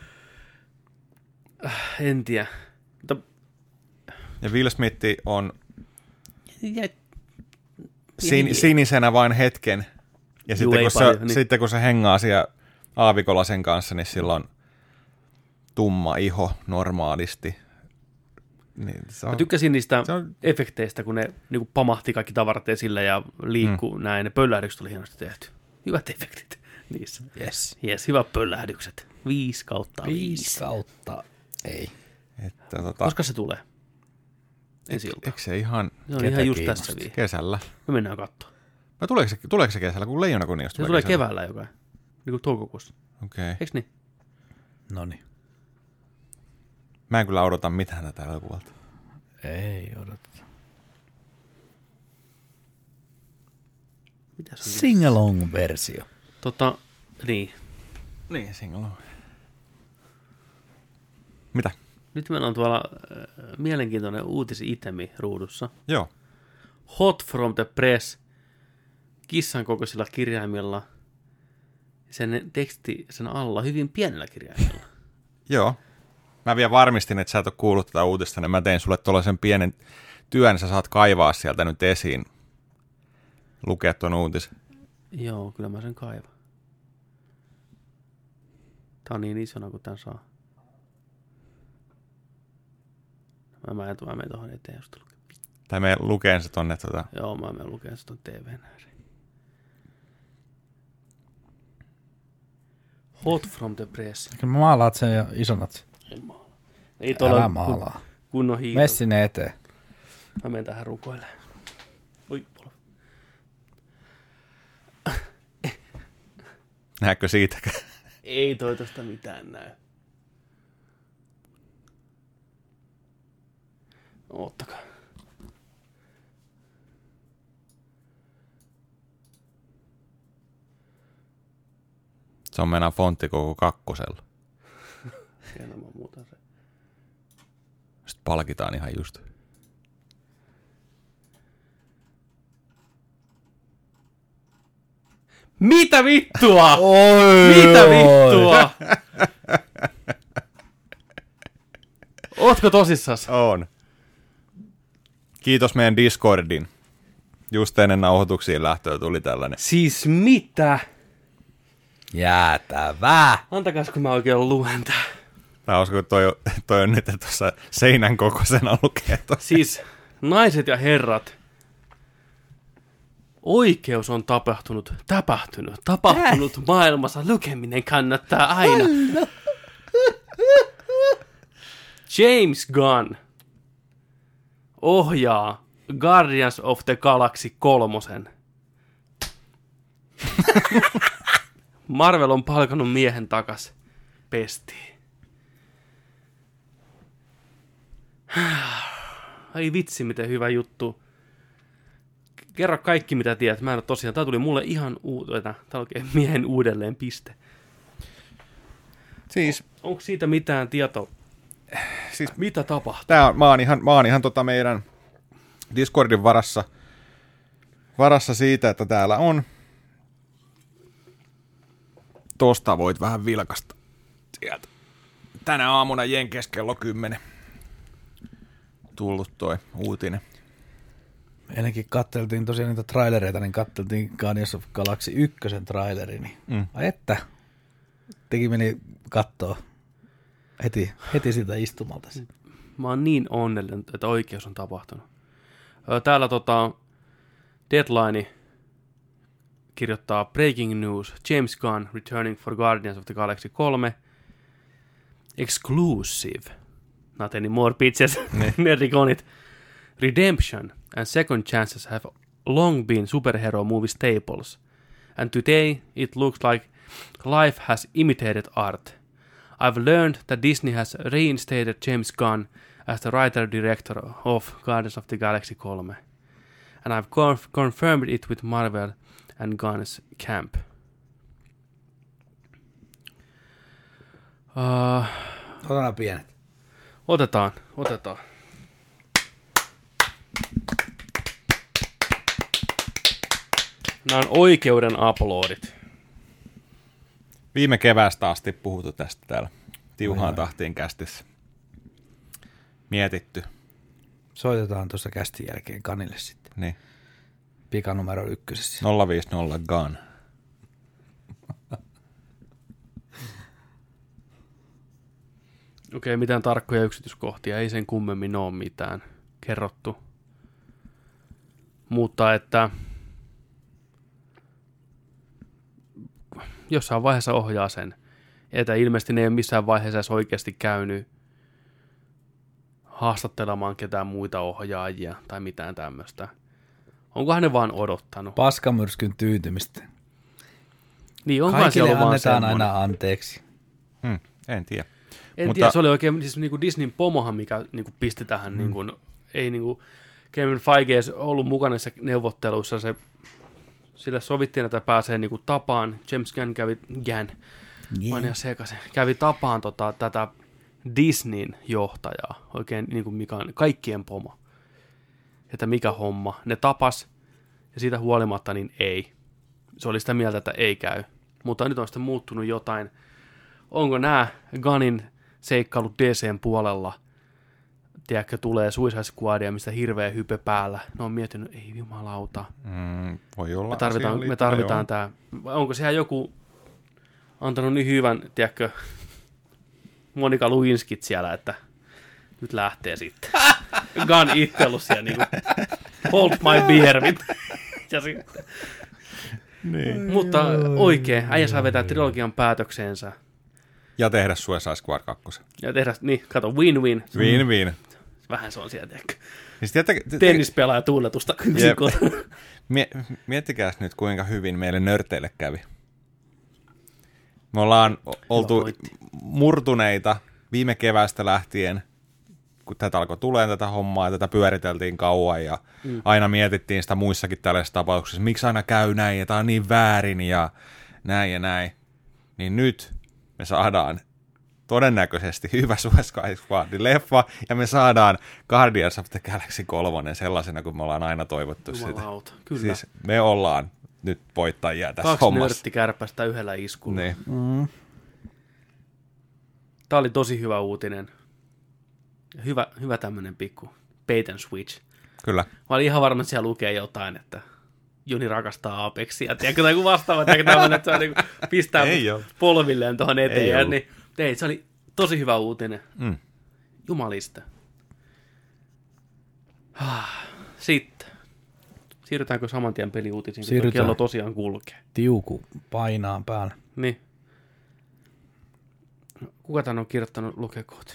En tiedä. Mutta Ja Will Smith on ja, sinisenä vain hetken. Ja Juu, ei sitten, paljon, niin. sitten kun se hengaa siellä aavikolasen kanssa, niin silloin tumma iho normaalisti. Niin se on, mä tykkäsin niistä se on- efekteistä, kun ne niin pamahti kaikki tavarat esille ja liikkuu näin. Ne pöllähdykset oli hienosti tehty. Hyvät efektit niissä. Yes, hyvät pöllähdykset. 5/5. 5 kautta. Ei. että, Koska se tulee? Ensi ilta. eikö se ihan Se on ketä ihan just kiinnosti? tässä kesällä? Me mennään katsomaan. Vai tuleeko se kesällä, kun Leijona kuningas Se tulee keväällä joka. Niin kuin toukokuussa. Okei. Eiks niin? Noniin. Mä en kyllä odota mitään tätä elokuvalta. Ei odoteta. Mitä se on? Sing-along-versio. Niin. Niin, single. Mitä? Nyt meillä on tuolla mielenkiintoinen uutisitemi ruudussa. Joo. Hot from the press. Kissan kokoisilla kirjaimilla. Sen teksti sen alla hyvin pienellä kirjaimilla. Joo. Mä vielä varmistin, että sä et ole kuullut tätä uutista, niin mä tein sulle tuollaisen pienen työn, sä saat kaivaa sieltä nyt esiin. Lukea tuon uutis. Joo, kyllä mä sen kaivan. Tää on niin isona kuin tän saa. Mä menen tuohon eteen, jos lukee. Tai me lukeen se tonne Joo, mä menen lukeen se ton TV:n ääreen. Hot from the press. Kyllä mä maalaat sen ja isonat. En maalaa. Ei Älä maalaa. Kunnon hiiro. Mene sinne eteen. Mä menen tähän rukoilemaan. Oi, polvi. Näetkö siitäkään? Ei toi tosta mitään näy. Oottakaa. Se on meidän fontti koko kakkosella. Hienoa, mä muutan se. Sitten palkitaan ihan just. Mitä vittua? Oi, Mitä vittua? Ootko tosissas? On. Kiitos meidän Discordin. Just ennen nauhoituksiin lähtöä tuli tällainen. Siis mitä? Jäätävää. Antakas kun mä oikein luen tää. Mä uskon, että toi on nyt tuossa seinän kokoisena lukee tossa. Siis naiset ja herrat, oikeus on tapahtunut maailmassa. Lukeminen kannattaa aina. James Gunn ohjaa Guardians of the Galaxy 3. Marvel on palkannut miehen takas pestiin. Ai vitsi, miten hyvä juttu. Kerro kaikki, mitä tiedät. Mä en ole tosiaan. Tää tuli mulle ihan uutena. Tää on oikein miehen uudelleen piste. Siis, Onko siitä mitään tietoa? siis Mitä tapahtuu? mä oon ihan meidän Discordin varassa siitä, että täällä on. Tosta voit vähän vilkasta sieltä. Tänä aamuna Jenkes kello 10 tullut toi uutinen. Ennenkin katteltiin tosiaan niitä trailereita, niin katteltiin Guardians of Galaxy 1 traileri. Niin. Ai että, tekin meni kattoo heti sitä istumalta. Mä oon niin onnellinen, että oikeus on tapahtunut. Täällä Deadline kirjoittaa Breaking News. James Gunn returning for Guardians of the Galaxy 3. Exclusive. Not any more bitches. Nerdikonit. Redemption and second chances have long been superhero movie staples. And today it looks like life has imitated art. I've learned that Disney has reinstated James Gunn as the writer-director of Guardians of the Galaxy 3. And I've confirmed it with Marvel and Gunn's camp. Otetaan pienet. Otetaan. Nämä on oikeuden uploadit. Viime keväästä asti puhuttu tästä täällä tiuhaan tahtiin kästissä. Mietitty. Soitetaan tuossa kästin jälkeen Kanille sitten. Niin. Pika numero 1. 050 Gun. Okei, mitään tarkkoja yksityiskohtia, ei sen kummemmin ole mitään kerrottu. Mutta että jossain vaiheessa ohjaa sen. Että ilmeisesti ne ei ole missään vaiheessa edes oikeasti käynyt haastattelemaan ketään muita ohjaajia tai mitään tämmöistä. Onkohan ne vaan odottanut? Paskamyrskyn tyytymistä. Niin, onkohan siellä Kaikille vaan annetaan semmoinen. aina anteeksi. En tiedä. En tiedä, se oli oikein siis niinku Disneyn pomohan, mikä niinku pisti tähän. Niinku, ei niinku, Kevin Feige ei ollut mukana näissä neuvotteluissa. Sille sovittiin, että pääsee niinku tapaan. James Gunn kävi tapaan tätä Disneyn johtajaa, oikein niinku mikä on kaikkien pomo. Että mikä homma. Ne tapas, ja siitä huolimatta niin ei. Se oli sitä mieltä, että ei käy. Mutta nyt on sitten muuttunut jotain. Onko nämä Gunnin seikkailut DCn puolella, tiedätkö, tulee Suicide Squadia, mistä hirveä hype päällä. Ne on miettinyt, ei jumalauta. Voi olla. Me tarvitaan tämä. Onko siellä joku antanut niin hyvän, tiedätkö, Monika Lewinskyt siellä, että nyt lähtee sitten. Gun itsellut siellä niinku, hold my beer. Ja sitten. Niin. Mutta oikein, äijä saa vetää trilogian päätökseensä. Ja tehdä Suicide Squad 2. Ja tehdä, niin, kato, win-win. Win-win. Vähän se on sieltä ehkä. Siis Tennispelaaja tuuletusta. Miettikää nyt, kuinka hyvin meille nörteille kävi. Me ollaan oltu murtuneita viime keväästä lähtien, kun tätä alkoi tulemaan tätä hommaa, ja tätä pyöriteltiin kauan, ja aina mietittiin sitä muissakin tällaisissa tapauksissa, miksi aina käy näin, ja tämä on niin väärin, ja näin ja näin. Niin nyt me saadaan todennäköisesti hyvä Suicide Squadin leffa, ja me saadaan Guardians of the Galaxy 3 sellaisena, kuin me ollaan aina toivottu Jumalauta, sitä. kyllä. Siis me ollaan nyt voittajia tässä 2 hommassa. nörttikärpästä yhdellä iskulla. Niin. Tämä oli tosi hyvä uutinen. Hyvä tämmönen pikku bait and switch. Kyllä. Mä olin ihan varma, että siellä lukee jotain, että Joni rakastaa Apexia. Tiedätkö, tai joku vastaava, tämmöinen, että se niin pistää polvilleen tuohon eteen. Niin, se oli tosi hyvä uutinen. Jumalista. Sitten. Siirrytäänkö saman tien peliuutisiin, kun kello tosiaan kulkee? Tiuku painaa päällä. Niin. Kuka tän on kirjoittanut lukekoot?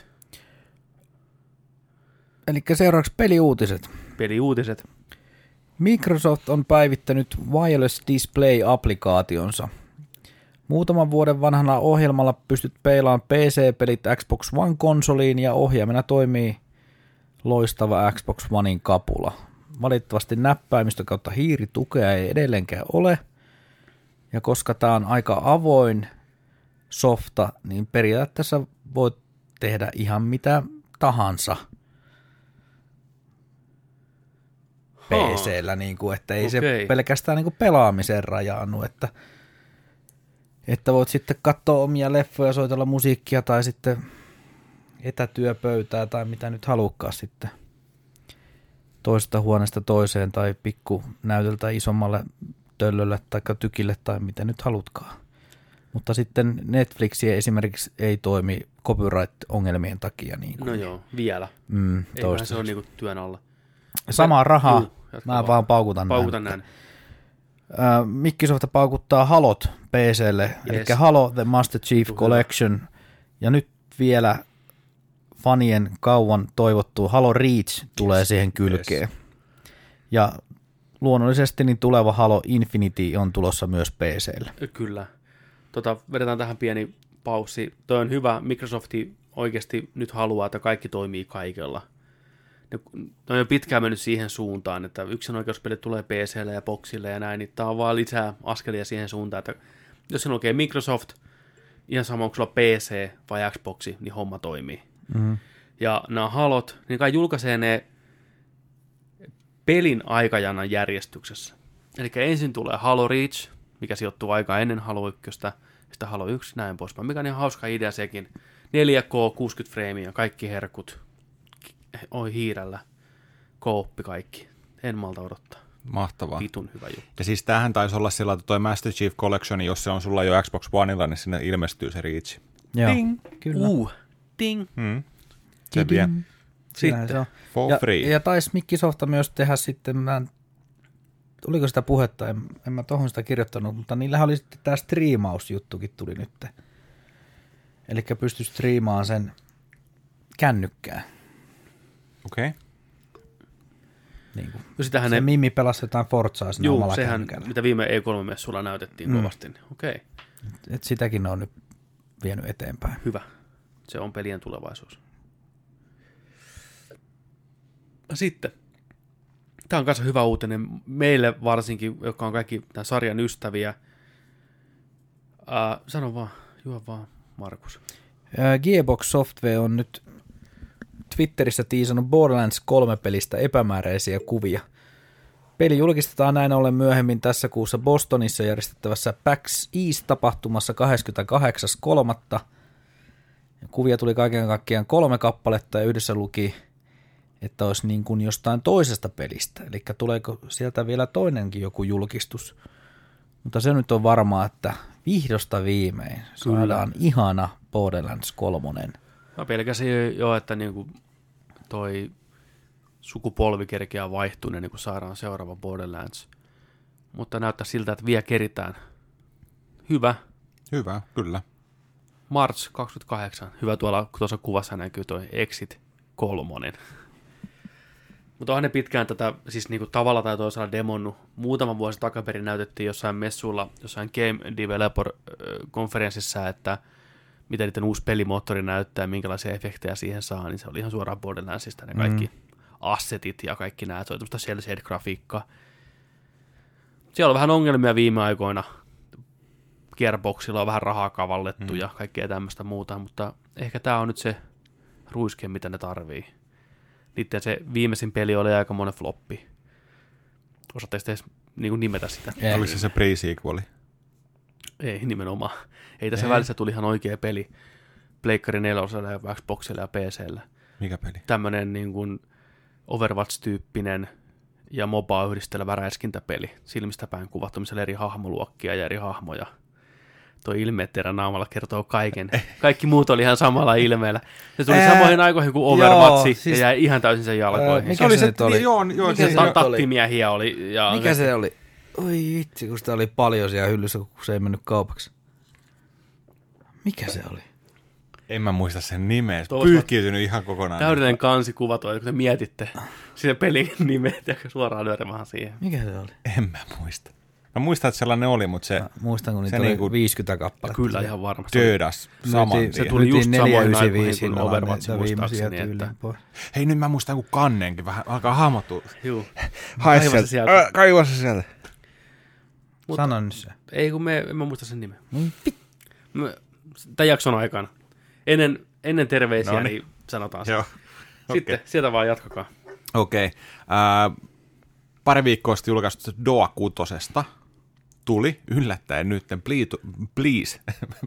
Eli seuraavaksi peliuutiset. Peliuutiset. Microsoft on päivittänyt Wireless Display-applikaationsa. Muutaman vuoden vanhalla ohjelmalla pystyt peilaamaan PC-pelit Xbox One-konsoliin ja ohjaimena toimii loistava Xbox Onein kapula. Valitettavasti näppäimistö kautta hiiritukea ei edelleenkään ole. Ja koska tämä on aika avoin softa, niin periaatteessa voit tehdä ihan mitä tahansa PC:llä, niin kuin, että ei se pelkästään niin kuin pelaamiseen rajaannu, että voit sitten katsoa omia leffoja, soitella musiikkia tai sitten etätyöpöytää tai mitä nyt halukkaan sitten toisesta huoneesta toiseen tai pikku näytöltä isommalle töllölle tai tykille tai mitä nyt halutkaan. Mutta sitten Netflix esimerkiksi ei toimi copyright-ongelmien takia. Niin kuin. No joo, vielä. Eihän se on niin kuin työn alla. Samaa rahaa, mä vaan paukutan näin. Microsoft paukuttaa Halot PC:lle, eli Halo The Master Chief Collection, ja nyt vielä fanien kauan toivottu Halo Reach tulee siihen kylkeen. Ja luonnollisesti niin tuleva Halo Infinity on tulossa myös PC:lle. Kyllä. Vedetään tähän pieni paussi. Toi on hyvä. Microsofti oikeasti nyt haluaa, että kaikki toimii kaikella. Ne on jo pitkään mennyt siihen suuntaan, että yksinoikeuspelit tulee PC:lle ja Boxille ja näin, niin tämä on vaan lisää askelia siihen suuntaan, että jos siinä lukee Microsoft, ihan sama onko sulla PC vai Xboxi, niin homma toimii. Mm-hmm. Ja nämä Halot, niin kai julkaisee ne pelin aikajanan järjestyksessä. Eli ensin tulee Halo Reach, mikä sijoittuu aikaa ennen Halo 1, sitten Halo 1, näin poispäin. Mikä on ihan hauska idea sekin. 4K, 60 freimiä, kaikki herkut. Oi hiirellä. Kooppi kaikki. En malta odottaa. Mahtavaa. Vitun hyvä juttu. Ja siis tämähän taisi olla sillä, että toi Master Chief Collection, jos se on sulla jo Xbox Oneilla, niin sinne ilmestyy se Reach. Joo, ding. Kyllä. Ding. Se vie. Sitten. Se on. For free. Ja taisi Microsoft myös tehdä sitten, oliko sitä puhetta, en mä tohon sitä kirjoittanut, mutta niillähän oli sitten tämä striimausjuttukin tuli nyt. Eli pystyi striimaamaan sen kännykkään. Okei. Niin kuin. Se Mimmi pelasi jotain Forzaa siinä omalla sehän, kännykällä. mitä viime E3-messulla näytettiin kovasti. Okei. Et sitäkin on nyt vienyt eteenpäin. Hyvä. Se on pelien tulevaisuus. Sitten. Tämä on kanssa hyvä uutinen meille varsinkin, jotka on kaikki tämän sarjan ystäviä. Sano vaan, juo vaan, Markus. Gearbox Software on nyt Twitterissä tiisannut Borderlands 3-pelistä epämääräisiä kuvia. Peli julkistetaan näin ollen myöhemmin tässä kuussa Bostonissa järjestettävässä PAX East-tapahtumassa 28.3. Kuvia tuli kaiken kaikkiaan 3 kappaletta ja yhdessä luki, että olisi niin kuin jostain toisesta pelistä. Eli tuleeko sieltä vielä toinenkin joku julkistus. Mutta se nyt on varmaa, että vihdosta viimein saadaan ihana Borderlands 3. Mä pelkäsin jo, että niinku toi sukupolvi kerkeää vaihtuu, niin kun saadaan seuraava Borderlands. Mutta näyttää siltä, että vielä keritään. Hyvä. Hyvä, kyllä. March 28. Hyvä tuolla, kun tuossa kuvassa näkyy toi Exit 3. Mutta onhan ne pitkään tätä, siis niinku tavalla tai toisella demonnut. Muutama vuosi takaperin näytettiin jossain messuilla, jossain Game Developer-konferenssissa, että miten niiden uusi pelimoottori näyttää ja minkälaisia efektejä siihen saa, niin se oli ihan suoraan Borderlandsista ne kaikki assetit ja kaikki nämä, se oli tämmöistä cel-shade-grafiikkaa. Siellä on vähän ongelmia viime aikoina. Gearboxilla on vähän rahaa kavallettu ja kaikkea tämmöistä muuta, mutta ehkä tämä on nyt se ruiske, mitä ne tarvii. Niiden se viimeisin peli oli aika monen floppi. Osaatteko te edes niin nimetä sitä? Oliko se pre-sequeli? Ei nimenomaan. Ei tässä välissä tuli ihan oikea peli. Pleikkari 4:llä ja Xboxilla ja PC:llä. Mikä peli? Tämmönen niin kuin Overwatch-tyyppinen ja mobaa yhdistelevä räiskintäpeli. Silmistä päin kuvattu, missä oli eri hahmoluokkia ja eri hahmoja. Tuo ilme teidän naamalla kertoo kaiken. Kaikki muut oli ihan samalla ilmeellä. Se tuli samoihin aikoihin kuin Overwatch ja jäi ihan täysin sen jalkoihin. Mikä se nyt oli? Se tattimiehiä oli. Ja mikä se oli? Oi vitsi, kun sitä oli paljon siellä hyllyssä, kun se ei mennyt kaupaksi. Mikä se oli? En mä muista sen nimeä. Pyyhkiytynyt ihan kokonaan. Täydellinen kansikuva toi, kun te mietitte sinne pelin nimet ja suoraan lyödämään siihen. Mikä se oli? En mä muista. Mä muistan, että sellainen oli, mutta se... Muistan, kun niitä oli niinku 50 kappaletta. Kyllä, ihan varmasti. Dödas saman tien. Se tuli just samoin aikoihin kuin Overwatch muistaakseni. Hei, nyt mä muistan joku kannenkin. Vähän alkaa hahmottua. Juu. Kaiva se sieltä. Sano nyt se. Ei, kun en mä muista sen nimen. Tämän jakson aikana. Ennen terveisiä, niin sanotaan se. Joo. Sitten sieltä vaan jatkakaa. Okei. Pari viikkoa sitten julkaistu Doa 6. Tuli yllättäen nyt please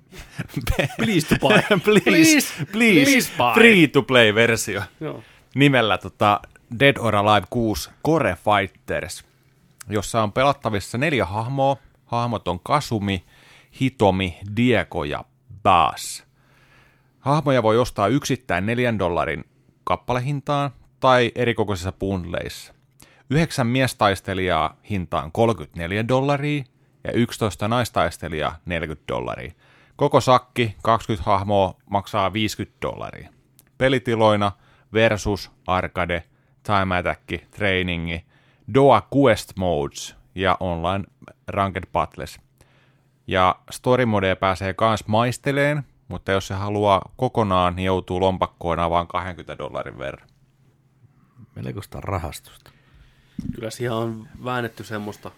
free-to-play-versio nimellä Dead or Alive 6 Core Fighters, jossa on pelattavissa 4 hahmoa. Hahmot on Kasumi, Hitomi, Diego ja Bass. Hahmoja voi ostaa yksittäin $4 kappalehintaan tai erikokoisissa bundleissa. 9 miestaistelijaa hintaan $34 ja 11 naistaistelijaa $40. Koko sakki, 20 hahmoa, maksaa $50. Pelitiloina Versus, Arcade, Time Attack, Trainingi, Doa Quest Modes ja Online Ranked Battles. Ja story modeja pääsee kans maisteleen, mutta jos se haluaa kokonaan, niin joutuu lompakkoon vaan $20 verran. Melkoista rahastusta. Kyllä siihen on väännetty semmoista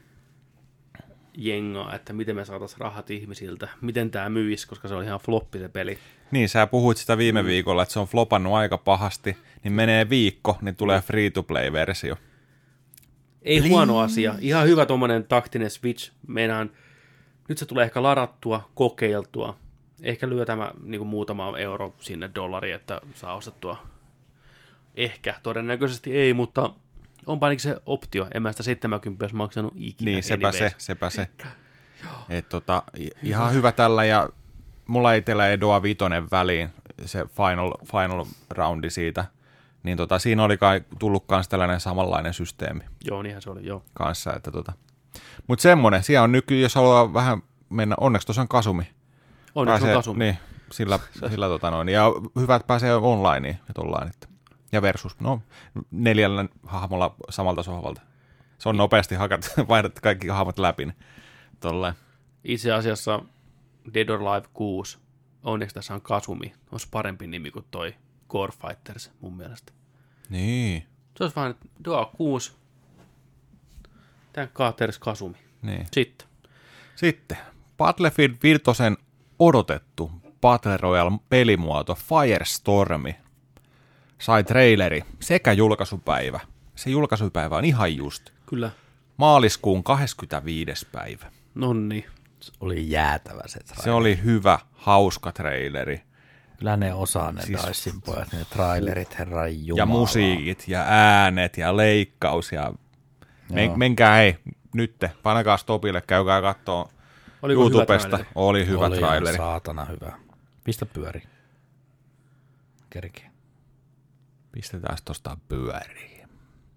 jengaa, että miten me saataisiin rahat ihmisiltä, miten tämä myisi, koska se oli ihan floppi se peli. Niin, sä puhuit sitä viime viikolla, että se on flopannut aika pahasti, niin menee viikko, niin tulee free-to-play-versio. Ei huono asia, ihan hyvä tuommoinen taktinen Switch. Nyt se tulee ehkä ladattua, kokeiltua. Ehkä lyö tämä niin muutama euro sinne $1, että saa ostettua. Ehkä, todennäköisesti ei, mutta onpa ainakin se optio. En mä sitä 70 olisi maksanut ikinä. Niin, sepä se. Ihan hyvä tällä, ja mulla itsellä ei Doa 5 väliin, se final roundi siitä. Niin siinä oli kai tullut kans tällainen samanlainen systeemi. Joo, niinhän se oli, joo. Kanssa, että Mutta semmonen, siellä on nyky, jos haluaa vähän mennä, onneksi tuossa on Kasumi. Onneksi on Kasumi. Niin, sillä ja hyvä, että pääsee onlineen ja tollain, että. Ja Versus, 4 hahmolla samalta sohvalta. Se on nopeasti vaihdat kaikki hahmot läpi. Tollain. Itse asiassa Dead or Alive 6, onneksi tässä on Kasumi, olisi parempi nimi kuin toi Core Fighters mun mielestä. Niin. Se olisi vaan Doa 6, tämän Kaaters Kasumi. Niin. Sitten Battlefield 5 odotettu Battle Royale pelimuoto Firestormi sai traileri sekä julkaisupäivä. Se julkaisupäivä on ihan just. Kyllä. Maaliskuun 25. päivä. Nonni. Se oli jäätävä se traileri. Se oli hyvä, hauska traileri. Kyllä ne osaa ne Dicen pojat, ne trailerit, herran jumala. Ja musiikit ja äänet ja leikkaus ja menkää hei, nytte, panakaa stopille, käykää kattoo YouTubesta. Oli hyvä traileri. Oli saatana hyvä. Pistä pyöri. Kerkeä. Pistetään tosta pyöriin.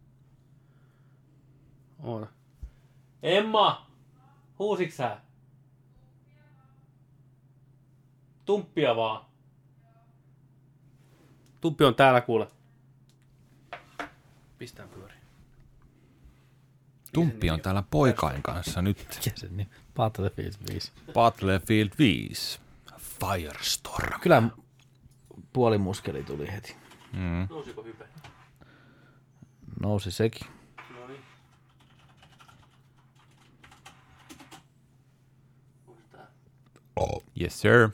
Oota. Emma! Huusiks sä? Tumppia vaan. Tumppi on täällä kuule. Pistään pyöriin. Tumppi on täällä poikain kanssa nyt. Mikä se niin? Battlefield 5. Battlefield 5. Firestorm. Kyllä puolimuskeli tuli heti. Nousiko hype? Nousi sekin. Noin. Onko tää? Yes sir.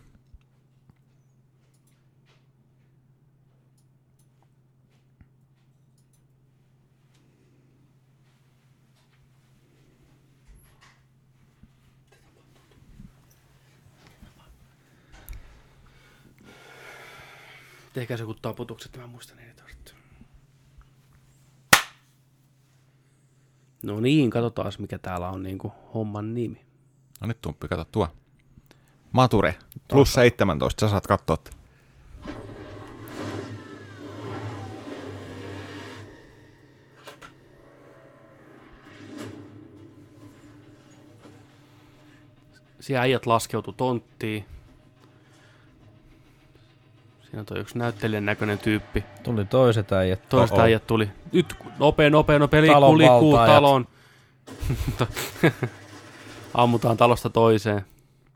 Tehkää se kun taputukset, mä muistan ei tarvitse. No niin, katsotaan mikä täällä on niinku homman nimi. No nyt Tumppi, kato tuo. Mature, plus 17, sä saat katsoa. Siellä äijät laskeutu tonttiin. Siinä on toi yksi näyttelijän näköinen tyyppi. Tuli toiset äijät. Toiset äijät tuli. Nyt nopea, Talon liikkuu valtaajat. talon. Ammutaan talosta toiseen.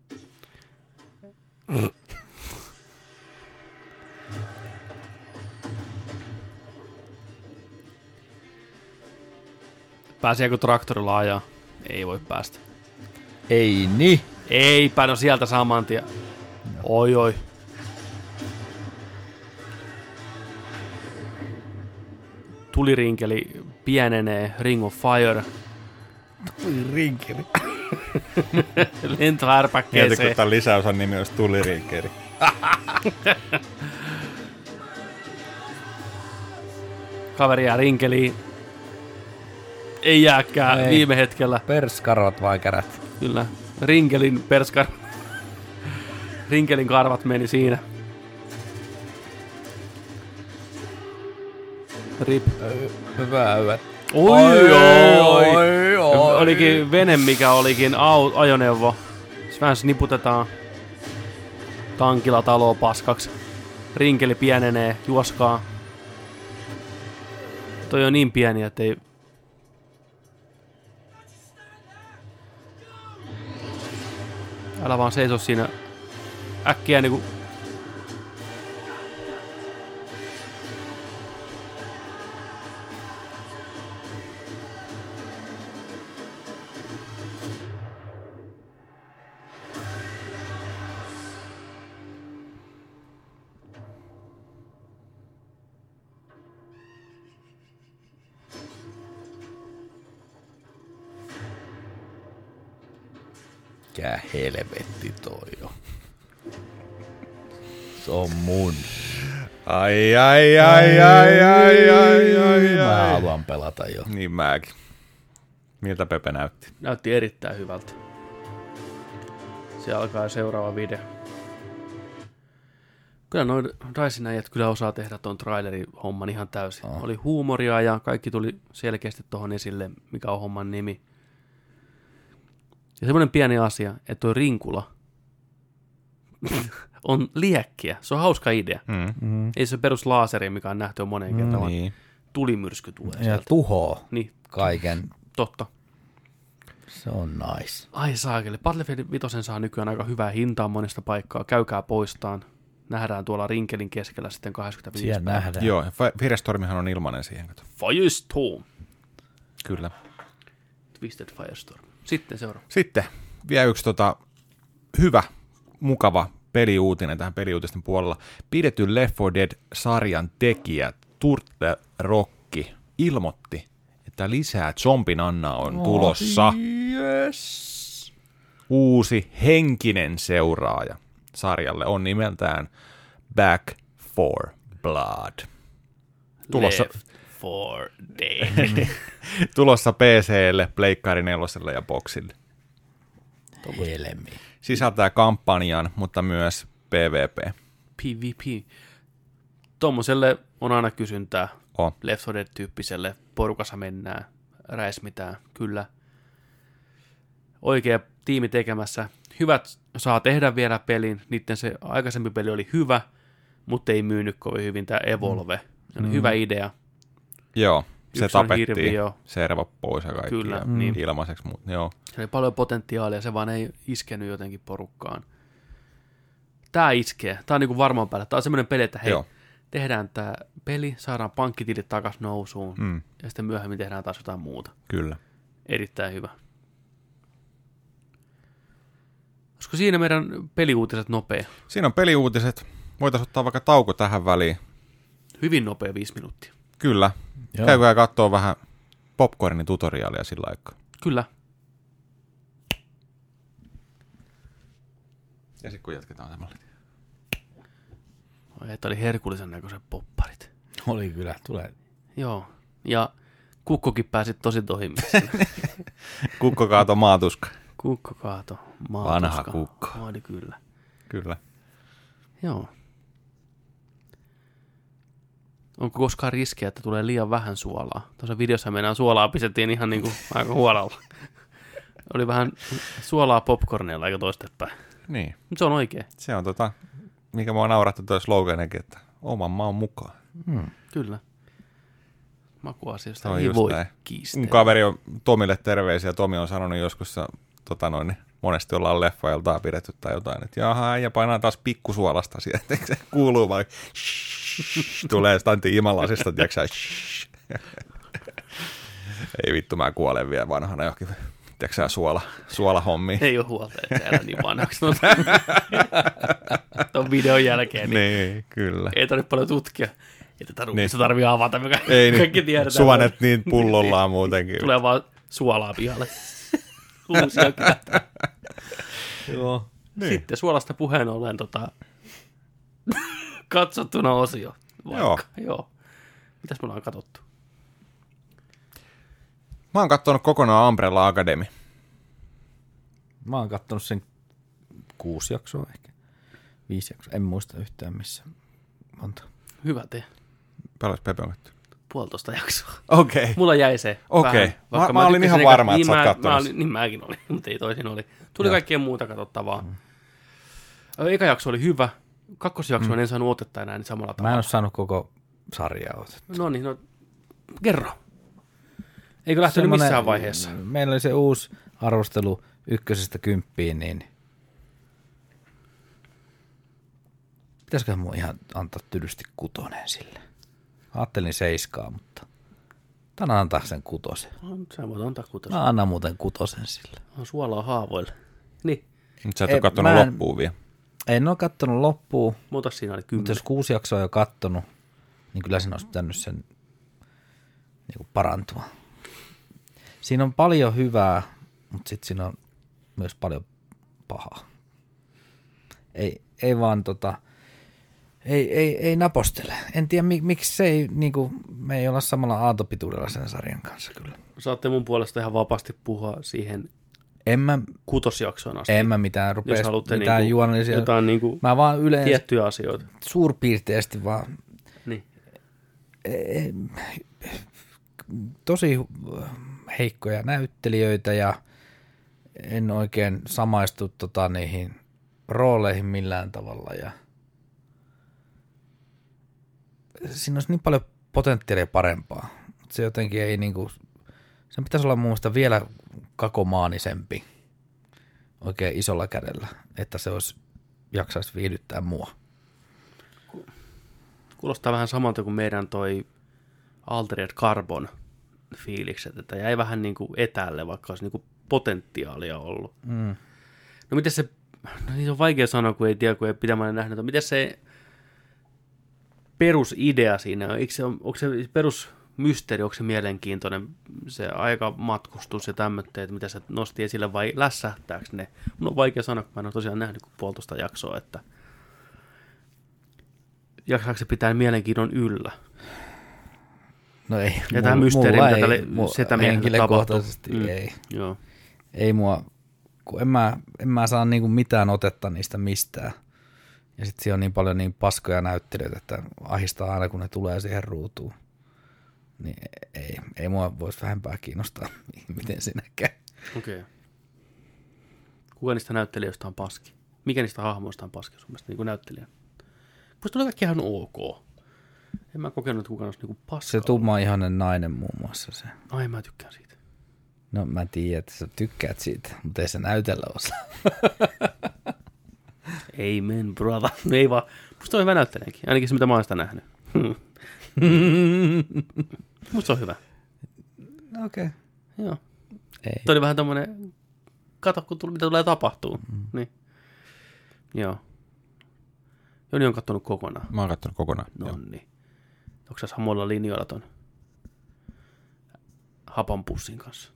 Pääseekö traktorilla ajaa? Ei voi päästä. Ei niin. Eipä, no sieltä saman tien. Oi. Tulirinkeli pienenee, Ring of Fire. Rinkeli. Mieti, kun Lentoärpäkkeeseen. tämän lisäosan nimi olisi Tulirinkeri. Kaveri jää rinkeliin. Ei jääkään Ei. viime hetkellä. Perskarvat vai kärät. Kyllä. Rinkelin karvat meni siinä. Rip. Hyvää yötä. Oi. oi. Olikin vene, mikä olikin ajoneuvo. Se vähän niputetaan tankilla taloa paskaksi. Rinkeli pienenee, juoskaa. Toi on niin pieni, että ei... Älä vaan seiso siinä äkkiä niinku... Mikä helvetti toi on. Se on mun. Ai. Mä haluan pelata jo. Niin mäkin. Miltä Pepe näytti? Näytti erittäin hyvältä. Se alkaa seuraava video. Kyllä noin Dicen äijät kyllä osaa tehdä ton trailerin homman ihan täysin. Oli huumoria ja kaikki tuli selkeästi tohon esille, mikä on homman nimi. Ja semmoinen pieni asia, että toi rinkula on liekkiä. Se on hauska idea. Ei se perus laaseri, mikä on nähty jo moneen kertaan, vaan Niin. tulimyrsky tulee Ja sieltä. tuhoo Niin, kaiken. totta. Se on nice. Ai saakeli. Battlefield 5 saa nykyään aika hyvää hintaa monesta paikkaa. Käykää poistaan. Nähdään tuolla rinkelin keskellä sitten 85 Siellä päivää. nähdään. Joo, Firestormihan on ilmanen siihen. Kato. Firestorm. Kyllä. Twisted Firestorm. Sitten seuraava. Sitten vielä yksi hyvä, mukava peliuutinen tähän peliuutisten puolella. Pidetty Left 4 Dead-sarjan tekijä Turtle Rock ilmoitti, että lisää Zombinanna on tulossa. Yes. Uusi henkinen seuraaja sarjalle on nimeltään Back 4 Blood. Tulossa, Left 4 Dead. tulossa PC:lle, Pleikkari 4 ja Boxille. Helmi. Sisältää kampanjan, mutta myös PvP. PvP. Tuommoiselle on aina kysyntää. On. Left 4 Dead-tyyppiselle. Porukassa mennään, räismitään, kyllä. Oikea tiimi tekemässä. Hyvät saa tehdä vielä pelin. Niiden se aikaisempi peli oli hyvä, mutta ei myynyt kovin hyvin tämä Evolve. Se oli hyvä idea. Joo, se Yksi on tapettiin. hirviö. Servo pois ja kaikki. Kyllä, ja niin. ilmaiseksi, mutta joo. Se oli paljon potentiaalia, se vaan ei iskenyt jotenkin porukkaan. Tää iskee. Tää on niinku varmaan päällä. Tää on semmoinen peli, että hei, Joo. tehdään tää peli, saadaan pankkitilit takas nousuun, Mm, ja sitten myöhemmin tehdään taas jotain muuta. kyllä. Erittäin hyvä. Olisiko siinä meidän peliuutiset nopea? Siinä on peliuutiset. Voitaisiin ottaa vaikka tauko tähän väliin. Hyvin nopea 5 minuuttia. Kyllä. Joo. Käykää katsoa vähän popcornin tutoriaalia sillä aikaa. Kyllä. Ja sitten kun jatketaan samalla. Oi, että oli herkullisen näköiset popparit. Oli kyllä, tulee. Joo. Ja kukkokin pääsi tosi tohimmin. Kukko kaato maatuska. Kukko kaato. Vanha kukko. Oli kyllä. Kyllä. Joo. Onko koskaan riskiä, että tulee liian vähän suolaa? Tuossa videossa mennään suolaa pistettiin ihan niin kuin aika huolella. Oli vähän suolaa popcornilla eikä toistepäin. Niin. Mutta se on oikein. Se on mikä mua on naurattu tuo sloganikin, että oman maan mukaan. Kyllä. Makuasioista Se on ei just voi näin. kiistellä. Mun kaveri on Tomille terveisiä. Tomi on sanonut joskus, monesti ollaan leffailtaa pidetty tai jotain, että jaha, äijä painaa taas pikkusuolasta sieltä, se kuuluu vai tulee stanti imalasista, tiiäksä, ei vittu, mä kuolen vielä vanhana johonkin, tiiäksä, suolahommiin. Ei ole huolta, että älä niin vanhaksi. Tuon videon jälkeen. Niin, kyllä. Ei tarvitse paljon tutkia. Ei tätä ruumista Niin. tarvitse avata, me Ei kaikki niin, tiedetään. suonet niin pullollaan muutenkin. Tulee vaan suolaa pihalle. Uusia kyllä. Joo. Niin. Sitten suolasta puheen ollen katsottuna osio. Vaikka. Joo. Mitäs me ollaan katsottu? Mä oon kattonut kokonaan Umbrella Academy. Mä oon kattonut sen 6 jaksoa ehkä. 5 jaksoa. En muista yhtään missä. Monta. Hyvä te. Paljon Pepe on kattonut? 1,5 jaksoa. Okei. Mulla jäi se. Okei. Vähän, vaikka Mä olin tykkäsin ihan varma, että sä oot kattonut niin mäkin olin, mutta ei toisin oli. Tuli Joo. kaikkea muuta katsottavaa. Eka jakso oli hyvä. Kakkosjakso en saanut otetta enää niin samalla Mä en tavalla. ole saanut koko sarjaa otettua. No niin, no kerro. Eikö lähtenyt missään vaiheessa? Meillä oli se uusi arvostelu 1–10, niin pitäisiköhän mun ihan antaa tylysti 6 sille. Ajattelin 7, mutta tänään antaa sen 6. No, sä voit antaa kutosen. Mä annan muuten 6 sille. On suolaa haavoille. Niin, Nyt sä et ole kattonut loppuun vielä. En ole kattonut loppuun, muuta siinä oli mutta 10. jos 6 jaksoa on jo kattonut, niin kyllä siinä olisi pitänyt sen niin kuin parantua. Siinä on paljon hyvää, mutta sitten siinä on myös paljon pahaa. Ei vaan ei napostele. En tiedä miksi se ei, niinku, me ei olla samalla aaltopituudella sen sarjan kanssa kyllä. Saatte mun puolesta ihan vapaasti puhua siihen En mä, 6-jaksoon asti. en mä mitään rupea, Jos haluatte mitään niinku juonellisia. jotain niinku Mä vaan yleensä tiettyjä asioita. suurpiirteisesti vaan Niin. tosi heikkoja näyttelijöitä ja en oikein samaistu niihin rooleihin millään tavalla. Ja siinä olisi niin paljon potentiaalia parempaa. Se jotenkin ei niinku, sen pitäisi olla mun mielestä vielä kakomaanisempi oikein isolla kädellä, että se olisi, jaksaisi viihdyttää mua. Kuulostaa vähän samalta kuin meidän toi Altered Carbon fiilikset, että jäi vähän niin kuin etäälle, vaikka olisi niin kuin potentiaalia ollut. No miten se, no niin on vaikea sanoa, kun ei tiedä, kun ei pitämällä nähnyt, miten se perusidea siinä on? Onko se perusmysteeri, onko se mielenkiintoinen, se aikamatkustus ja tämmöitä, että mitä se nosti esille vai lässähtääkö ne? Mun on vaikea sanoa, kun mä en ole tosiaan nähnyt kuin 1,5 jaksoa, että jaksaako se pitää mielenkiinnon yllä? No ei. Ja tämä mysteeri, mitä tälle setämiehelle setämiehelle henkilökohtaisesti tapahtuu. ei. Joo. Ei mua, kun en mä saa niinku mitään otetta niistä mistään. Ja sitten siellä on niin paljon niin paskoja näyttelijöitä, että ahistaa aina, kun ne tulee siihen ruutuun. Niin ei mua voisi vähempää kiinnostaa, miten siinä käy. Okei. Kuka niistä näyttelijöistä on paski? Mikä niistä hahmoista on paski sun mielestä niin kuin näyttelijä? Musta tulee kaikki ihan ok. En mä kokenut, että kukaan olisi niin kuin paskaa. Se tumma-ihainen nainen muun muassa se. Ai, mä tykkään siitä. No mä tiedän, että sä tykkäät siitä, mutta ei se näytellä osaa. Amen, brother. Ei vaan. Musta on hyvä näyttelijäkin. Ainakin se, mitä mä oon sitä nähnyt. Musta se on hyvä. Okei. Okay. Joo. Ei. Toi oli vähän tommonen, kato mitä tulee tapahtuu. Niin. Joo. Joni on kattonut kokonaan. Mä oon kattonut kokonaan. Nonni. Onko sä samoilla linjoilla ton hapanpussin kanssa?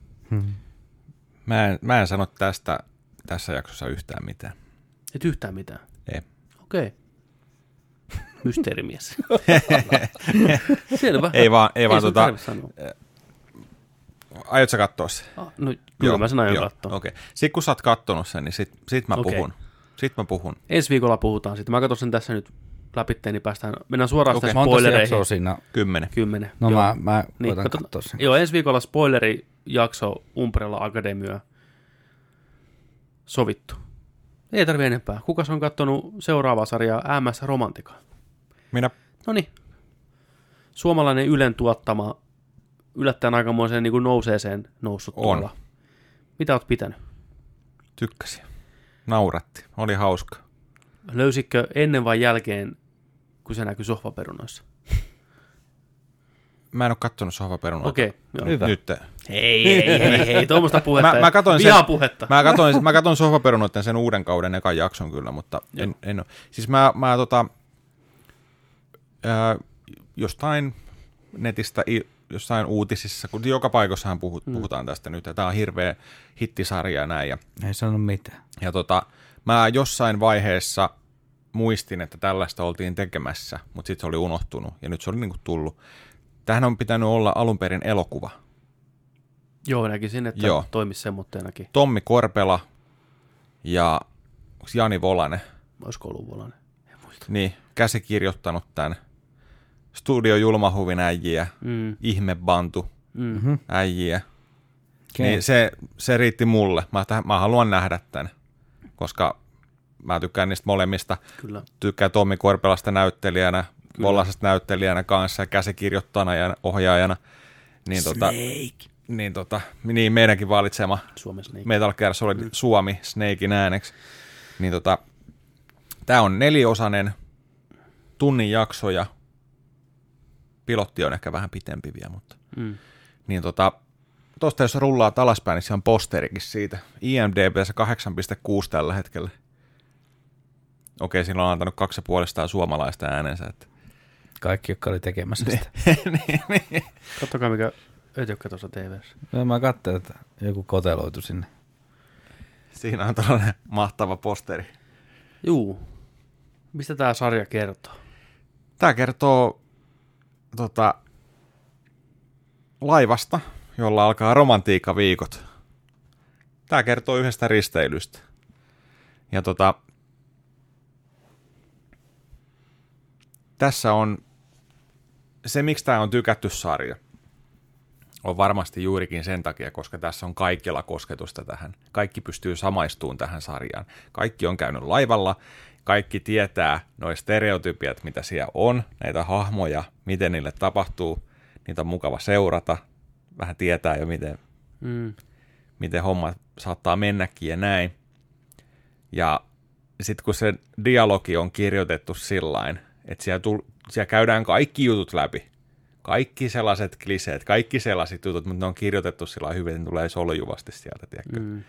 Mä en sano tässä jaksossa yhtään mitään. Et yhtään mitään? Ei. Okei. Mysteerimies. Selvä. Ei vaan sun tarvitse sanoa. Aiot sä katsoa se? No kyllä mä sen aion katsoa. Okei. Sitten kun sä oot kattonut sen, niin sit mä puhun. Sitten mä puhun. Ensi viikolla puhutaan siitä. Mä katson sen tässä nyt läpitteen, niin päästään, mennään suoraan sitä spoilereihin. spoilereihin. Siinä? 10. No joo. mä voitan katsoa sen. Joo, ensi viikolla spoilerijakso Umbrella Academia sovittu. Ei tarvi enempää. Kukas on kattonut seuraavaa sarjaa MS Romantica? Minä. Noniin. Suomalainen Ylen tuottama, yllättäen aikamoiseen niin kuin nouseeseen noussut tuolla. Mitä oot pitänyt? Tykkäsin. Nauratti. Oli hauska. Löysitkö ennen vai jälkeen, kun se näkyi sohvaperunoissa? Mä en ole kattonut sohvaperunoita. Okei. Joo. Hyvä. Nyt. Hei, tuommoista puhetta. Mä katoin vihapuhetta. Mä katoin sohvaperunoiden sen uuden kauden ekan jakson kyllä, mutta en ole. Siis mä jostain netistä, jostain uutisissa, kun joka paikassahan puhutaan tästä nyt, ja tää on hirveä hittisarja ja näin. Ei sanonut mitään. Ja mä jossain vaiheessa muistin, että tällaista oltiin tekemässä, mutta sitten se oli unohtunut, ja nyt se oli niinku tullut. Tähän on pitänyt olla alun perin elokuva. Joo, näkisin, että toimisi semmoitteenakin. Tommi Korpela ja Jani Volanen. Olisiko ollut Volanen? En muista. Niin, käsikirjoittanut tämän. Studio Julmahuvin äijiä, Ihmebantu äijiä. Okay. Niin se riitti mulle. Mä haluan nähdä tämän, koska mä tykkään niistä molemmista. Kyllä. Tykkään Tommi Korpelasta näyttelijänä, Volasesta näyttelijänä kanssa ja käsikirjoittajana ja ohjaajana. Niin Snake. Niin meidänkin valitsema Metal Gear Solid Suomi Snakein ääneksi. Niin tää on 4-osainen tunnin jaksoja. Pilotti on ehkä vähän pitempi vielä, mutta niin tosta jos rullaat alaspäin, niin se on posterikin siitä. IMDb:ssä 8.6 tällä hetkellä. Okei, siinä on antanut 2,5 suomalaista äänensä. Että. Kaikki, jotka oli tekemässä sitä. niin. Katsokaa, mikä ötökkä tuossa TV:ssä. No, mä katsoin, että joku koteloitu sinne. Siinä on tällainen mahtava posteri. Juu. Mistä tää sarja kertoo? Tää kertoo laivasta, jolla alkaa romantiikkaviikot. Tää kertoo yhdestä risteilystä. Ja tässä on se, miksi tää on tykätty sarja, on varmasti juurikin sen takia, koska tässä on kaikilla kosketusta tähän. Kaikki pystyy samaistumaan tähän sarjaan. Kaikki on käynyt laivalla, kaikki tietää noi stereotypiat, mitä siellä on, näitä hahmoja, miten niille tapahtuu, niitä on mukava seurata, vähän tietää jo, miten hommat saattaa mennäkin ja näin. Ja sitten kun se dialogi on kirjoitettu sillain, että siellä käydään kaikki jutut läpi, kaikki sellaiset kliseet, kaikki sellaiset jutut, mutta ne on kirjoitettu sillä hyvin, että ne tulee soljuvasti sieltä, tiedätkö?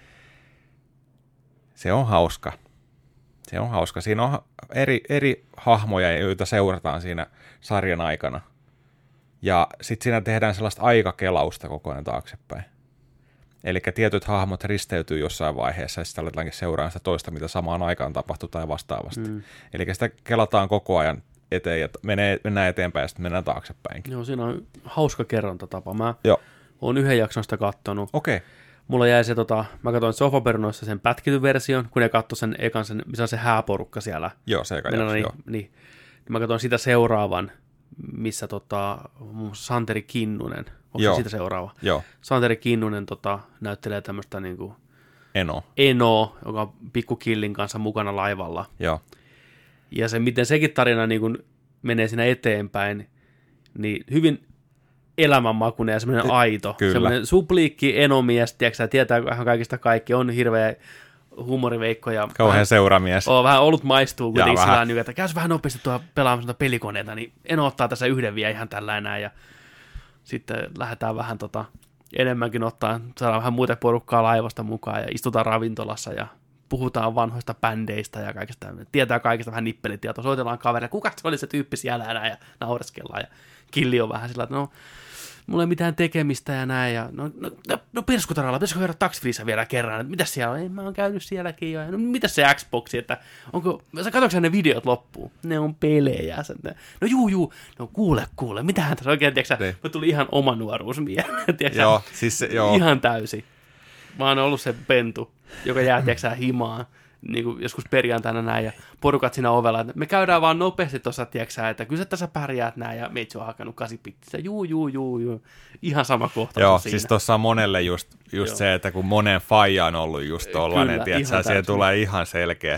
Se on hauska. Se on hauska. Siinä on eri hahmoja, joita seurataan siinä sarjan aikana. Ja sitten siinä tehdään sellaista aikakelausta koko ajan taaksepäin. Eli tietyt hahmot risteytyy jossain vaiheessa, ja sitten aletaankin seuraamaan sitä toista, mitä samaan aikaan tapahtuu tai vastaavasti. Eli sitä kelataan koko ajan eteen, ja mennään eteenpäin, ja sitten mennään taaksepäinkin. Joo, siinä on hauska kerrontatapa. Mä oon yhden jakson sitä kattonut. Okei. Mulla jäi se, mä katsoin sofaperunoissa sen pätkityn version, kun ne katsoi sen ekan, missä on se hääporukka siellä. Joo, se eka jakso, joo. Niin, mä katsoin sitä seuraavan, missä Santeri Kinnunen, onko se sitä seuraava? Joo. Santeri Kinnunen näyttelee tämmöistä niinku Eno, joka on Pikku Killin kanssa mukana laivalla. Joo. Ja se, miten sekin tarina niin kun menee siinä eteenpäin, niin hyvin elämänmakuinen ja semmoinen aito. Kyllä. Semmoinen supliikki enomies, tiedätkö, tietää vähän kaikista kaikki, on hirveä humoriveikko. Ja kauhean seuramies. Vähän ollut maistuu kuitenkin sillä tavalla, että käys vähän nopeasti tuolla pelaamaan pelikoneita, niin Eno ottaa tässä yhden vielä ihan tällainen ja sitten lähdetään vähän enemmänkin saadaan vähän muita porukkaa laivasta mukaan ja istutaan ravintolassa ja puhutaan vanhoista bändeistä ja kaikesta, tietää kaikista vähän nippelitietoa, soitellaan kaverille, kuka se oli se tyyppi siellä ja näin, ja naureskellaan, ja Killi on vähän sillä, että no, mulla ei mitään tekemistä ja näin, ja no Perskutaralla, pitäisikö käydä taksifriissä vielä kerran, että mitäs siellä on, ei, mä oon käynyt sielläkin jo, no mitäs se Xboxi, että sä katsoitko ne videot loppuun, ne on pelejä, no juu, no kuule, mitähän tässä oikein, tiedätkö mä tuli ihan oma nuoruus mieleen, joo, siis se, joo. Ihan täysin. Mä oon ollut se pentu, joka jää, tiedätkö himaan, niin kuin joskus perjantaina näin, ja porukat siinä ovella, että me käydään vaan nopeasti tuossa, tiedätkö että kyllä sä tässä pärjäät näin, ja meitsi on hakannut 8 pittissä, juu, ihan sama kohta. Joo, siis tuossa on monelle just se, että kun monen faija on ollut just tollainen, tiedätkö, siihen tulee ihan selkeä.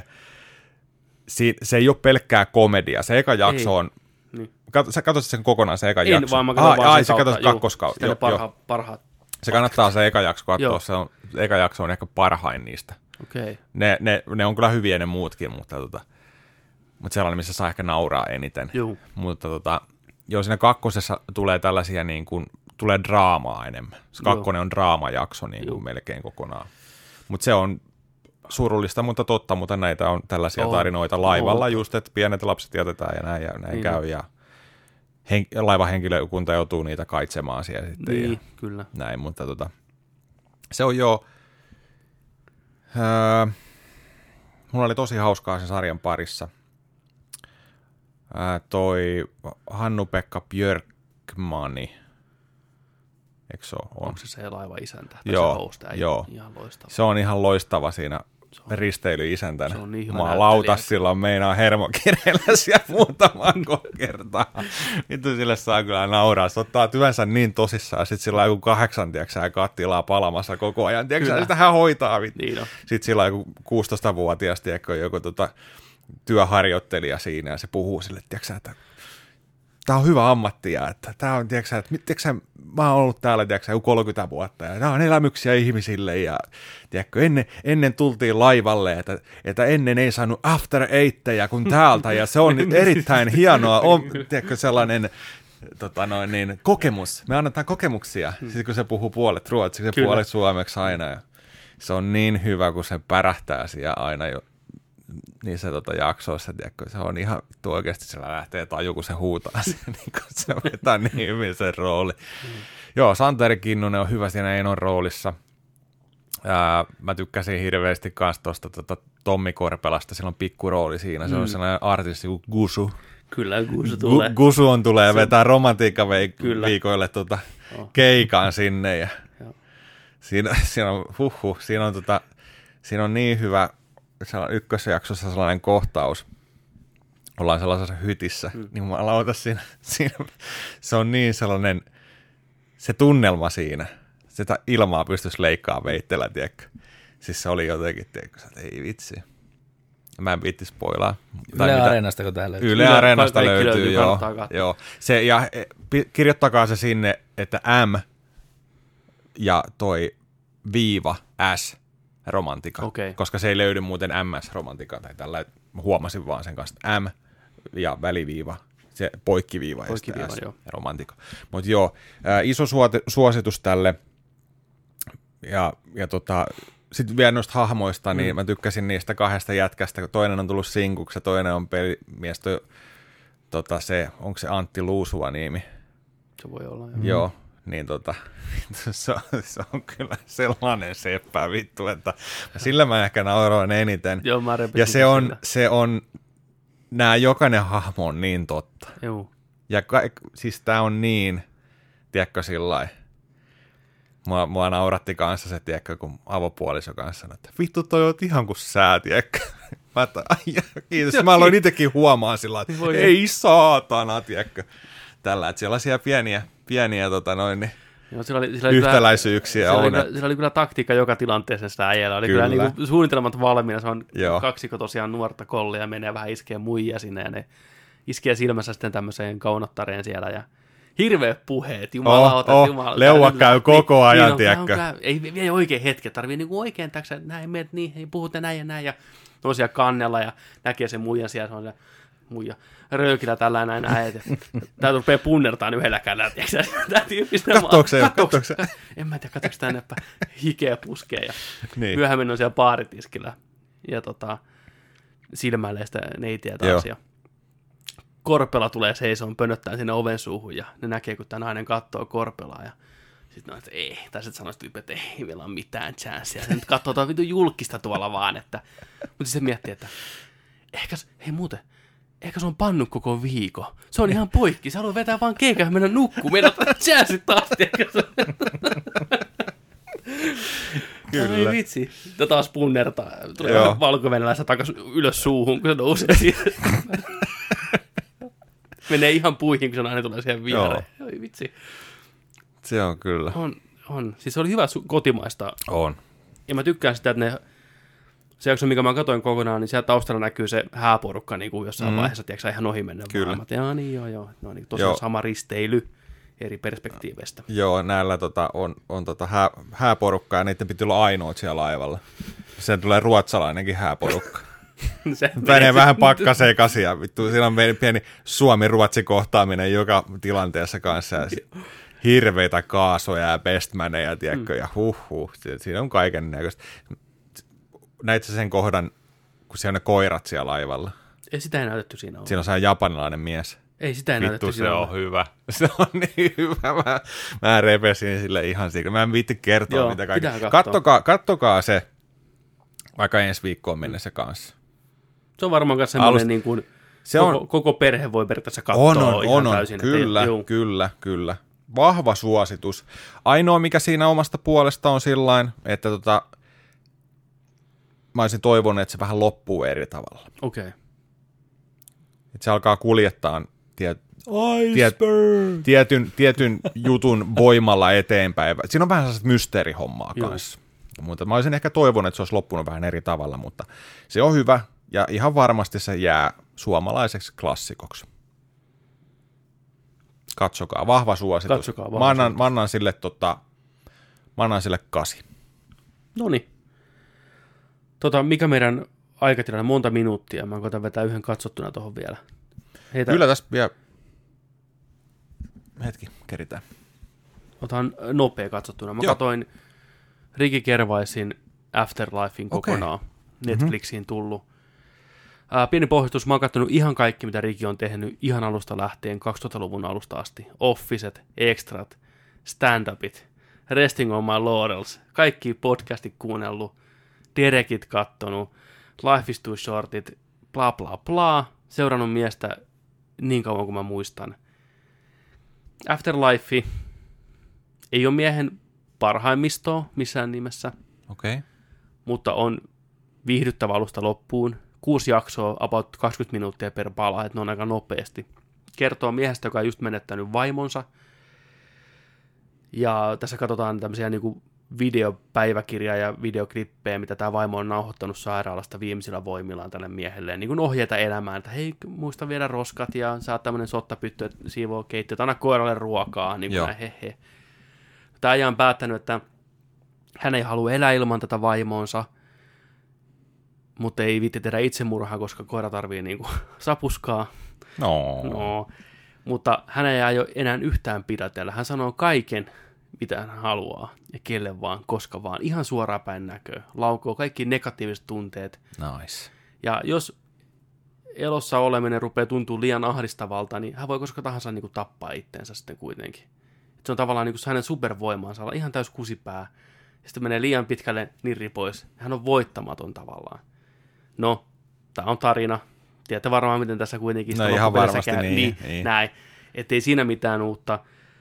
Se ei ole pelkkää komedia, se eka jakso on, niin. Sä katsoit sen kokonaan, se eka jakso. En, vaan mä katsoin vaan sen kautta. Sä katsot kakkoskautta. Parhaat. Se kannattaa se eka jakso katsoa, eka jakso on ehkä parhain niistä. Okay. Ne on kyllä hyviä ne muutkin, mutta sellainen, missä saa ehkä nauraa eniten. Juh. Mutta siinä kakkosessa tulee tällaisia niin kuin, tulee draamaa enemmän. Se kakkonen on draamajakso niin kuin melkein kokonaan. Mutta se on surullista, mutta totta, mutta näitä on tällaisia tarinoita laivalla just, että pienet lapset jätetään ja näin käy ja laivahenkilökunta joutuu niitä kaitsemaan siellä sitten. Niin, ja kyllä. Näin, mutta se on jo. Mulla oli tosi hauskaa sen sarjan parissa. Toi Hannu-Pekka Björkmani. Eikö se ole? Onko se laiva-isäntä? Joo. Ihan loistava. Se on ihan loistava siinä risteilyisäntänä. Se on niin hyvä näyttelijä. Sillä meinaa hermokireillä siellä muutaman kertaa. Vittu sille saa kyllä nauraa. Se ottaa työnsä niin tosissaan. Ja sitten sillä on joku 8, tiiäksä, kattilaa palamassa koko ajan. Tiiäksä, sitä hän hoitaa. Niin sitten sillä on joku 16-vuotias, tiiäkö, joku työharjoittelija siinä. Ja se puhuu sille, tiiäksä, että tämä on hyvä ammatti ja että tämä on, tiiäksä, mä oon ollut täällä, tiiäksä, joku 30 vuotta ja nämä on elämyksiä ihmisille ja tiiäkö, ennen tultiin laivalle, että ennen ei saanut after eightejä kuin täältä ja se on erittäin hienoa, tiiäkö, sellainen kokemus, me annetaan kokemuksia, siis kun se puhuu puolet ruotsiksi ja puolet suomeksi aina ja se on niin hyvä, kun se pärähtää siellä aina jo niissä jaksoissa, tiedätkö, se on ihan oikeasti, sillä lähtee taju, kun se huutaa sen, niin kun se vetää niin hyvin sen rooli. Joo, Santeri Kinnunen on hyvä siinä Enon roolissa. Mä tykkäsin hirveästi kanssa tuosta Tommi Korpelasta, sillä on pikkurooli siinä, se on sellainen artisti kuin Gusu. Kyllä, Gusu tulee. Gusu tulee vetää romantiikkaviikoille keikan sinne ja siinä on niin hyvä ykkösjaksossa sellainen kohtaus, ollaan sellaisessa hytissä, niin jumalauta siinä, se on niin sellainen, se tunnelma siinä, sitä ilmaa pystyisi leikkaamaan veitteellä, tiedätkö. Siis se oli jotenkin, tiedätkö, että ei vitsi. Mä en viitti spoilaa. Yle Areenasta, kun tää löytyy. Yle Areenasta löytyy, joo. Se, ja kirjoittakaa se sinne, että M ja toi viiva S romantika, koska se ei löydy muuten MS-romantika, tai tällä huomasin vaan sen kanssa, M ja väliviiva, se poikkiviiva ja S romantika. Mutta joo, iso suositus tälle, ja sitten vielä noista hahmoista, niin mä tykkäsin niistä 2 jätkästä, toinen on tullut sinkuksi, ja toinen on pelimies, se, onko se Antti Luusua nimi? Se voi olla, joo. Niin se on kyllä sellainen seppä vittu, että sillä mä ehkä nauroin eniten. Joo, ja se on, nää jokainen hahmo on niin totta. Joo. Ja siis tää on niin, tiedätkö sillain, Mua nauratti kanssa se, tiedätkö, kun avopuoliso kanssa sanoi, että vittu toi on ihan kuin sää, tiedätkö. Mä että, kiitos. Mä aloin itsekin huomaan sillä että ei saatana, tiedätkö. Tällä, että sellaisia pieniä Joo, sillä oli yhtäläisyyksiä on. Sillä oli kyllä taktiikka joka tilanteessa sitä äijällä. Oli kyllä niinku suunnitelmat valmiina. Se on kaksiko tosiaan nuorta kollia ja menee vähän iskee muijia sinne. Ja ne iskee silmässä sitten tämmöiseen kaunottareen siellä. Ja hirveät puheet. Jumalauta. Leua käy koko ajan, tiedätkö. Ei vie oikein hetki. Tarvii niinku oikein täksä, näin meet niin, puhutte näin ja näin. Ja tosiaan kannella ja näkee sen muijan siellä. Se on se muija röökillä tällä näin. Tää rupeaa punnertaan yhdellä kädellä. Tää tyyppi katsooko se? En mä tiedä, katsoiko tänne hikeä puskee. Ja niin. myöhemmin on siellä baaritiskillä. Ja silmäilee sitä neitiä taas. Ja Korpela tulee seisoon pönöttäen sinne oven suuhun. Ja ne näkee, kun tämä nainen katsoo Korpelaa. Ja sitten no, että ei. Tai sitten sanoisi tyyppi, että ei vielä ole mitään chanssia. Se nyt katsoo tuota vitun julkista tuolla vaan. Mutta se miettii, että ehkä se on pannut koko viikon. Se on ihan poikki. Se haluaa vetää vaan keikan ja mennä nukkuun. Meidän chanssit taas. Kyllä. Ei vitsi. Taas punnertaa. Tulee valkovenäläistä takaisin ylös suuhun, kun se nousee siitä. Menee ihan puihin, kun se nainen tulee siihen viereen. Oi vitsi. Se on kyllä. On. Siis se oli hyvä kotimaista. On. Ja mä tykkään sitä, että se jakso, mikä mä katsoin kokonaan, niin siellä taustalla näkyy se hääporukka niin kuin jossain vaiheessa, tiedätkö, ihan ohi mennä maailmat. Ja niin joo. No niin, tosiaan sama risteily eri perspektiiveistä. Joo, näillä on hääporukkaa ja niiden piti olla ainoat siellä laivalla. Sen tulee ruotsalainenkin hääporukka. Menee vähän pakkasekaisin ja vittu, siinä on pieni Suomi-Ruotsi kohtaaminen joka tilanteessa kanssa. Ja hirveitä kaasoja ja bestmaneja, tiedätkö, ja siinä on kaiken näköistä. Näitkö sen kohdan, kun siellä on ne koirat siellä laivalla? Ei sitä ei näytetty siinä ole. Siinä on se japanilainen mies. Ei sitä ei näytetty siinä se on hyvä. Se on niin hyvä. Mä repesin sille ihan siitä. Mä en viitti kertoa, mitä kaikki. Kattokaa se, vaikka ensi viikkoon mennessä kanssa. Se on varmaan myös semmoinen, niin kuin koko perhe voi periaatteessa katsoa ihan täysin. Kyllä. Vahva suositus. Ainoa, mikä siinä omasta puolesta on sillain, että mä olisin toivonut, että se vähän loppuu eri tavalla. Okei. Että se alkaa kuljettaa tietyn jutun voimalla eteenpäin. Siinä on vähän sellaista mysteerihommaa kanssa. Mutta mä olisin ehkä toivonut, että se olisi loppunut vähän eri tavalla, mutta se on hyvä ja ihan varmasti se jää suomalaiseksi klassikoksi. Katsokaa, vahva suositus. Mä annan sille 8. Noniin. Mikä meidän aikatilanne? Monta minuuttia. Mä koitan vetää yhden katsottuna tuohon vielä. Kyllä tässä vielä hetki, keritään. Otan nopea katsottuna. Mä katsoin Ricky Gervaisin Afterlifein kokonaan. Netflixiin tullut. Pieni pohjustus. Mä oon katsonut ihan kaikki, mitä Ricky on tehnyt ihan alusta lähtien, 2000-luvun alusta asti. Officet, extrat, stand-upit, resting on my laurels, kaikki podcastit kuunnellut, Derekit kattonut, Life is too shortit, bla bla bla, seurannut miestä niin kauan kuin mä muistan. Afterlife ei ole miehen parhaimmistoa missään nimessä, mutta on viihdyttävä alusta loppuun. 6 jaksoa, about 20 minuuttia per pala, että ne on aika nopeasti. Kertoo miehestä, joka on just menettänyt vaimonsa. Ja tässä katsotaan tämmöisiä niinku videopäiväkirjaa ja videoklippejä, mitä tämä vaimo on nauhoittanut sairaalasta viimeisillä voimillaan tälle miehelleen. Niin kuin ohjeita elämään, että hei, muista viedä roskat ja sä oot tämmöinen sottapyttö, että siivoo keittiötä, anna koiralle ruokaa. Niin kuin hehe. Tämä ajan on päättänyt, että hän ei halua elää ilman tätä vaimoonsa, mutta ei viitti tehdä itsemurhaa, koska koira tarvii niinku sapuskaa. No. Mutta hän ei aio enää yhtään pidätellä. Hän sanoo kaiken, mitä hän haluaa, ja kelle vaan, koska vaan. Ihan suoraan päin näköä. Laukoo kaikki negatiiviset tunteet. Nice. Ja jos elossa oleminen rupeaa tuntua liian ahdistavalta, niin hän voi koska tahansa niinku tappaa itteensä sitten kuitenkin. Et se on tavallaan niinku hänen supervoimaansa olla ihan täys kusipää. Ja sitten menee liian pitkälle nirri pois. Hän on voittamaton tavallaan. No, tämä on tarina. Tiedätte varmaan, miten tässä kuitenkin ihan varmasti käy. Niin. Näin. Ettei siinä mitään uutta.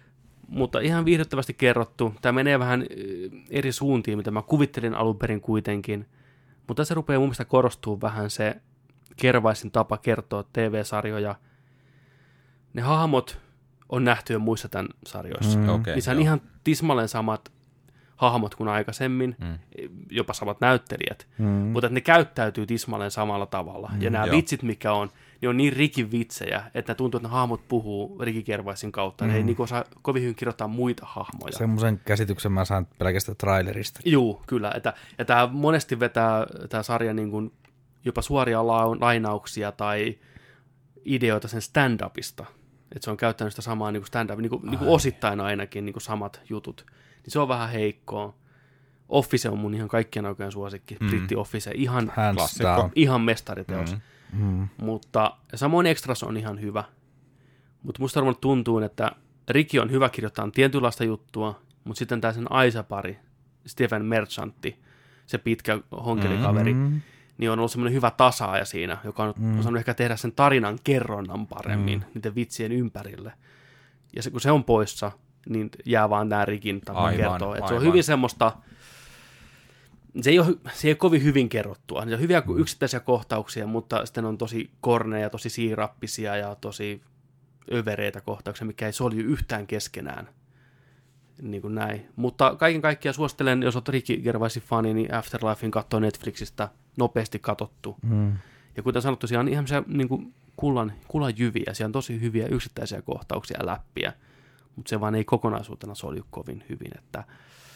Mutta ihan viihdyttävästi kerrottu. Tämä menee vähän eri suuntiin, mitä mä kuvittelin alun perin kuitenkin. Mutta se rupeaa mun mielestä korostuu vähän se Gervaisin tapa kertoa TV-sarjoja. Ne hahmot on nähty jo muissa tämän sarjoissa. Niissä on ihan tismalleen samat hahmot kuin aikaisemmin, jopa samat näyttelijät, mutta ne käyttäytyy tismalleen samalla tavalla. Ja nämä vitsit, mikä on, ne on niin rikin vitsejä, että ne tuntuu, että ne hahmot puhuu Ricky Gervaisin kautta. Ne ei niin osaa kovin hyvin kirjoittaa muita hahmoja. Semmoisen käsityksen mä saan pelkästään trailerista. Joo, kyllä. Ja tämä monesti vetää tämä sarja niin kuin jopa suoria lainauksia tai ideoita sen stand-upista. Että se on käyttänyt sitä samaa niin kuin stand-up, niin kuin osittain ainakin niin kuin samat jutut. Niin se on vähän heikkoa. Office on mun ihan kaikkien aikojen suosikki. Britti Office, ihan mestariteos. Mutta samoin Extras on ihan hyvä. Mutta musta varmaan tuntuu, että Ricky on hyvä kirjoittaa tietynlaista juttua, mutta sitten tämä sen Aisa-pari, Stephen Merchantti, se pitkä honkelikaveri, niin on ollut semmoinen hyvä tasaaja siinä, joka on osannut ehkä tehdä sen tarinan kerronnan paremmin niiden vitsien ympärille. Ja se, kun se on poissa, niin jää vaan nämä Rikin tapa kertoa. Että se on hyvin semmoista, se ei ole kovin hyvin kerrottua. Se on hyviä yksittäisiä kohtauksia, mutta sitten on tosi korneja, tosi siirappisia ja tosi övereitä kohtauksia, mikä ei solju yhtään keskenään. Niin kuin näin. Mutta kaiken kaikkiaan suosittelen, jos olet Ricky Gervaisin fani, niin Afterlifein katsoo Netflixistä nopeasti katsottu. Ja kuten sanottu, siellä on ihan se niin kuin kullan jyviä, siellä on tosi hyviä yksittäisiä kohtauksia ja läppiä, mutta se vaan ei kokonaisuutena solju kovin hyvin, että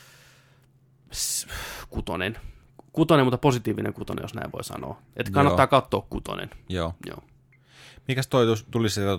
kutonen, mutta positiivinen kutonen, jos näin voi sanoa. Että kannattaa katsoa kutonen. Joo. Mikäs tuli se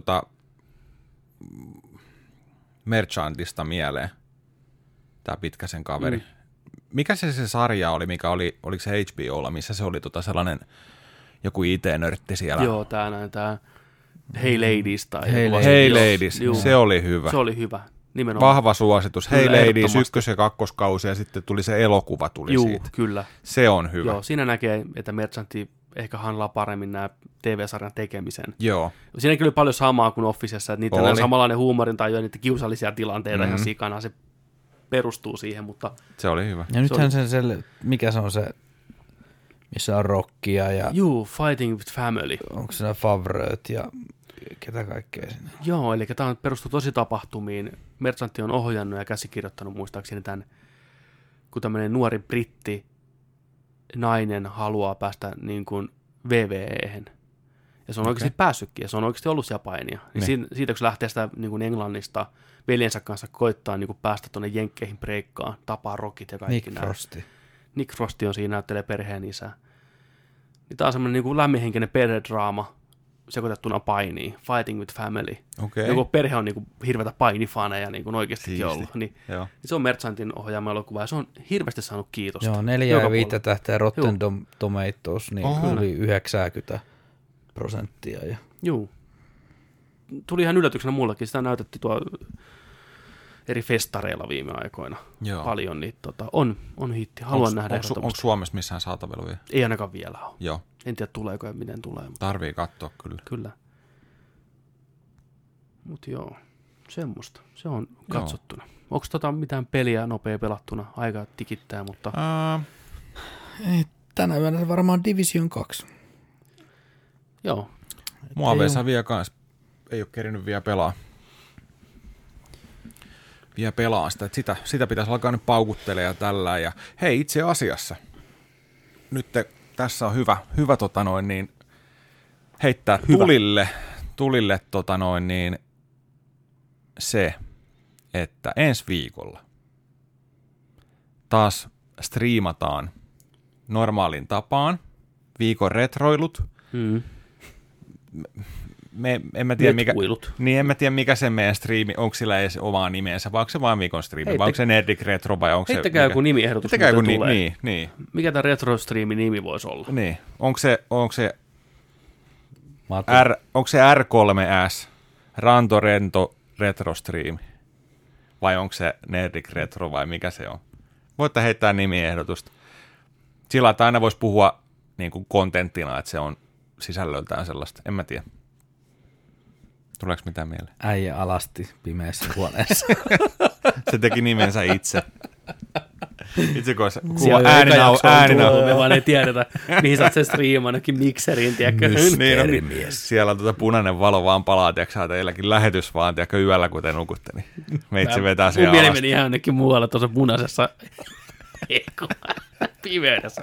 Merchantista mieleen, tämä pitkäsen kaveri. Mikä se sarja oli, oliko se HBOlla, missä se oli sellainen joku IT-nörtti siellä? Joo, tämä Hey Ladies. Tai Hey Ladies, se oli hyvä. Se oli hyvä, nimenomaan. Vahva suositus. Hey Ladies, 1. ja 2. kausi, ja sitten tuli se elokuva siitä. Kyllä. Se on hyvä. Joo, siinä näkee, että Merchantti ehkä handlaa paremmin nämä TV-sarjan tekemisen. Joo. Siinäkin oli paljon samaa kuin Officessa, että niitä on samanlainen huumorin tai jo niitä kiusallisia tilanteita ihan sikana, se perustuu siihen, mutta se oli hyvä. Ja nythän mikä se on se, missä on rockia ja Fighting with Family. Onko siinä Favreut ja ketä kaikkea sinne? Joo, eli tämä perustuu tosi tapahtumiin. Merchantti on ohjannut ja käsikirjoittanut muistaakseni tämän, kun tämmöinen nuori britti nainen haluaa päästä niin kuin VVE:hen. Ja se on oikeasti päässytkin, ja se on oikeasti ollut siellä painia. Niin siitä, kun se lähtee sitä niin kuin Englannista veljensä kanssa koittaa niin kuin päästä tuonne jenkkeihin breikkaan, tapaa rockit ja kaikki nämä. Nick Frosti on siinä, näyttelee perheen isä. Niin tämä on semmoinen niin kuin lämminhenkinen perhedraama sekoitettuna painiin, Fighting with Family. Okay. Joku perhe on niin kuin hirveätä painifaneja niin kuin oikeastikin ollut. Niin se on Merchantin ohjaama elokuva, ja se on hirveästi saanut kiitosta. Joo, 4 ja 5 tähteä Rotten Tomatoes, niin yli 90%. Joo. Tuli ihan yllätyksenä mullekin, sitä näytettiin tuo eri festareilla viime aikoina paljon, niin on hitti. Haluan nähdä ehdottomasti. Onko Suomessa missään saatavilla vielä? Ei ainakaan vielä ole. Joo. En tiedä tuleeko ja miten tulee. Mutta tarvii katsoa kyllä. Kyllä. Mutta semmoista. Se on katsottuna. Onko mitään peliä nopea pelattuna? Aika tikittää, mutta ei, tänä yönä varmaan Division 2. Joo. Mua Vesa vielä kans. Ei ole kerinyt vielä pelaa sitä, että sitä pitäisi alkaa nyt paukuttelemaan ja tällä. Ja hei, itse asiassa, nyt tässä on hyvä heittää tulille se, että ensi viikolla taas striimataan normaalin tapaan viikon retroilut. En mä tiedä, mikä se meidän striimi, onko sillä edes omaa nimensä, vai onko se vaan viikon striimi, vai onko se Nerdik Retro, vai onko se... Heittäkää joku nimiehdotus, mitä tulee. Niin. Mikä tämä retro-striimin nimi voisi olla? Niin, onko se R3S, Ranto Rento Retro Stream, vai onko se Nerdik Retro, vai mikä se on? Voitte heittää nimiehdotusta. Sillä että aina voisi puhua niin kuin kontenttina, että se on sisällöltään sellaista, en mä tiedä. Tuleeko mitään mieleen? Äijä alasti pimeässä huoneessa. Se teki nimensä itse. Itse kun Siellä ääninä. Me vaan ei tiedetä, mihin sä oot sen striimannutkin mikseriin, tiedätkö? Mysteerimies. Siellä on punainen valo vaan palaa, tiedätkö teilläkin lähetys vaan, tiedätkö, yöllä kun te nukutte, niin meitsi vetää siellä mun mieli alasti. meni ihan jonnekin muualle tuossa punaisessa pimeydessä.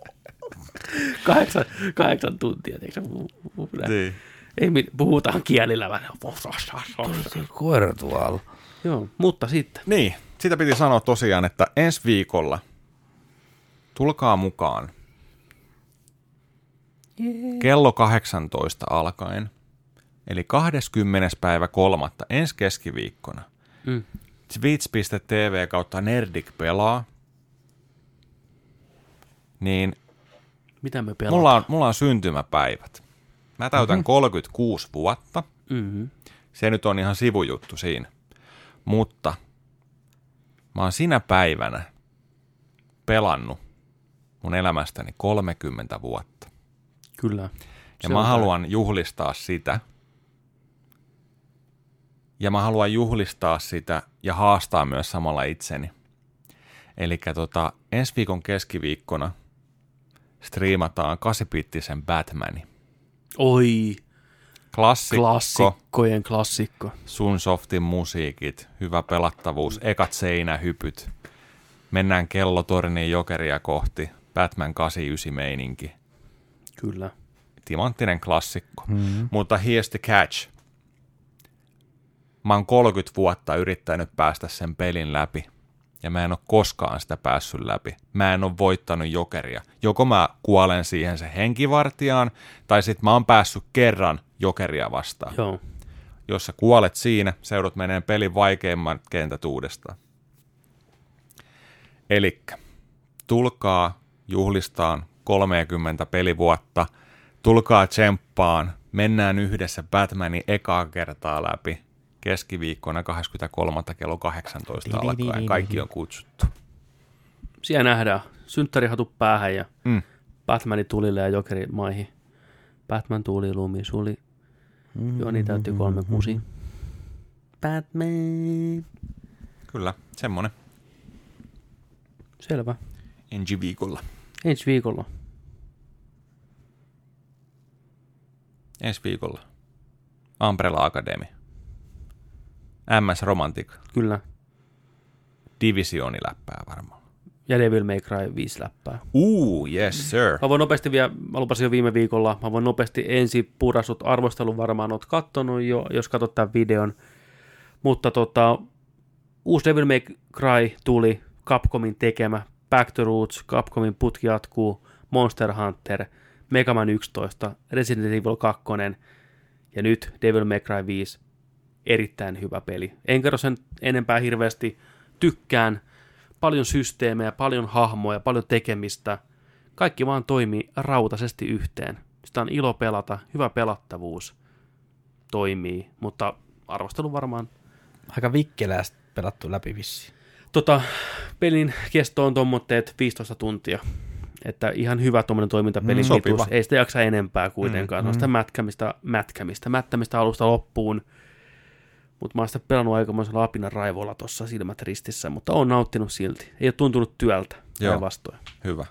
8 tuntia, tiedätkö? Niin. Ei, puhutaan kielillä vähän. Koira tuolla. Joo, mutta sitten. Niin, sitä piti sanoa tosiaan, että ensi viikolla tulkaa mukaan kello 18 alkaen, eli 20.3. ensi keskiviikkona. Twitch.tv kautta Nerdik pelaa. Niin mitä me pelataan? mulla on syntymäpäivät. Mä täytän 36 vuotta. Mm-hmm. Se nyt on ihan sivujuttu siinä. Mutta mä oon sinä päivänä pelannut mun elämästäni 30 vuotta. Kyllä. Ja mä haluan juhlistaa sitä. Ja mä haluan juhlistaa sitä ja haastaa myös samalla itseni. Eli ensi viikon keskiviikkona striimataan 8-bittisen Batmani. Oi, Klassikkojen klassikko. Sunsoftin musiikit, hyvä pelattavuus, ekat seinähypyt. Mennään kellotorniin jokeria kohti, Batman 89 meininki. Kyllä. Timanttinen klassikko. Mutta here's the catch. Mä oon 30 vuotta yrittänyt päästä sen pelin läpi. Ja mä en ole koskaan sitä päässyt läpi. Mä en ole voittanut jokeria. Joko mä kuolen siihen se henkivartijaan, tai sit mä oon päässyt kerran jokeria vastaan. Joo. Jos sä kuolet siinä, sä joudut meneen pelin vaikeimman kentät uudestaan. Elikkä, tulkaa juhlistaan 30 pelivuotta, tulkaa tsemppaan, mennään yhdessä Batmanin ekaa kertaa läpi. Keskiviikkona 23. kello 18 alkaen. Kaikki on kutsuttu. Siellä nähdään synttärihatut päähän ja Batmanin tulille ja jokeri maihin. Batman tuli, lumi suli. Joni täytti 36. Batman. Kyllä, semmonen. Selvä. Ensi viikolla. Ensi viikolla. Ensi viikolla. Umbrella Academy. MS Romantic. Kyllä. Divisioni läppää varmaan. Ja Devil May Cry 5 läppää. Yes sir. Mä voin nopeasti vielä, mä lupasin jo viime viikolla, mä voin nopeasti ensin purasut arvostelun, varmaan oot kattonut jo, jos katsot tämän videon. Mutta uusi Devil May Cry tuli, Capcomin tekemä, Back to Roots, Capcomin putki jatkuu, Monster Hunter, Mega Man 11, Resident Evil 2 ja nyt Devil May Cry 5. Erittäin hyvä peli. En kerro sen enempää hirveästi. Tykkään. Paljon systeemejä, paljon hahmoja, paljon tekemistä. Kaikki vaan toimii rautaisesti yhteen. Sitä on ilo pelata, hyvä pelattavuus toimii, mutta arvostelu varmaan. Aika vikkeläästi pelattu läpi vissiin. Pelin kesto on tommotteet 15 tuntia. Että ihan hyvä tuommoinen toimintapelin pituus. Ei sitä jaksa enempää kuitenkaan. On sitä mättämistä alusta loppuun. Mutta mä oon sitä pelannut aikamoisella apinan raivolla tuossa silmät ristissä, mutta oon nauttinut silti. Ei ole tuntunut työltä. Joo, vastoin. hyvä.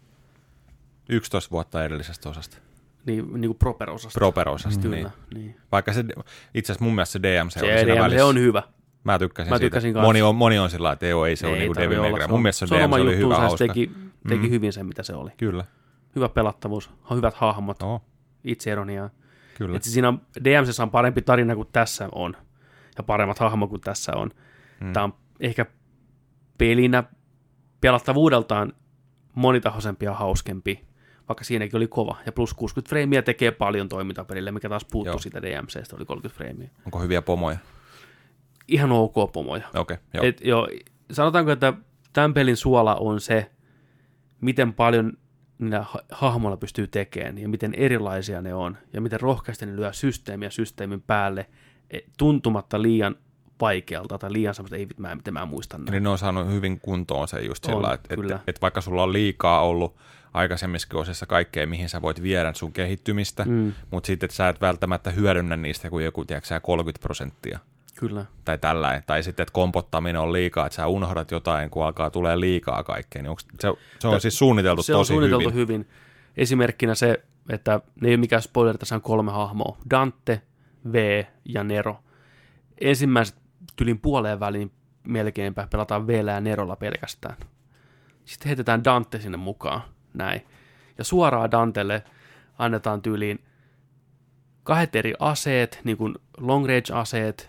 11 vuotta edellisestä osasta. Niin kuin Proper-osasta. Proper-osasta, Kyllä, niin. Vaikka se, itse asiassa mun mielestä se DMC se oli siinä välissä. Se on hyvä. Mä tykkäsin siitä. Kanssa. Moni on sillä että ei se ole niin kuin Devil May Cry. Mun mielestä se DMC oli hyvä, hauska. Teki hyvin sen, mitä se oli. Kyllä. Hyvä pelattavuus, hyvät hahmot, itseironiaa. Kyllä. Että siinä DMC:ssä on parempi tarina kuin tässä on. Ja paremmat hahmot kuin tässä on. Tämä on ehkä pelinä pelattavuudeltaan monitahoisempi ja hauskempi, vaikka siinäkin oli kova. Ja plus 60 freimiä tekee paljon toimintapelille, mikä taas puuttui siitä DMC:stä, oli 30 freimiä. Onko hyviä pomoja? Ihan ok pomoja. Okei, joo. Sanotaanko, että tämän pelin suola on se, miten paljon niillä hahmoilla pystyy tekemään ja miten erilaisia ne on ja miten rohkeasti ne lyö systeemiä systeemin päälle tuntumatta liian vaikealta tai liian semmoista, miten mä muistan. Eli ne on saanut hyvin kuntoon se just sillä, että vaikka sulla on liikaa ollut aikaisemmissakin osissa kaikkea, mihin sä voit viedä sun kehittymistä, mutta sitten sä et välttämättä hyödynnä niistä kuin joku, tiedätkö, 30%. Kyllä. Tai tällainen. Tai sitten, että kompottaminen on liikaa, että sä unohdat jotain, kun alkaa tulee liikaa kaikkea. Niin se on siis suunniteltu tosi hyvin. Se on suunniteltu hyvin. Esimerkkinä se, että ne ei ole mikään spoiler, tässä on 3 hahmoa. Dante, V ja Nero. Ensimmäiset tylin puoleen väliin melkeinpä pelataan V:llä ja Nerolla pelkästään. Sitten heitetään Dante sinne mukaan. Näin. Ja suoraan Dantelle annetaan tyyliin 2 eri aseet, niin kuin long range-aseet,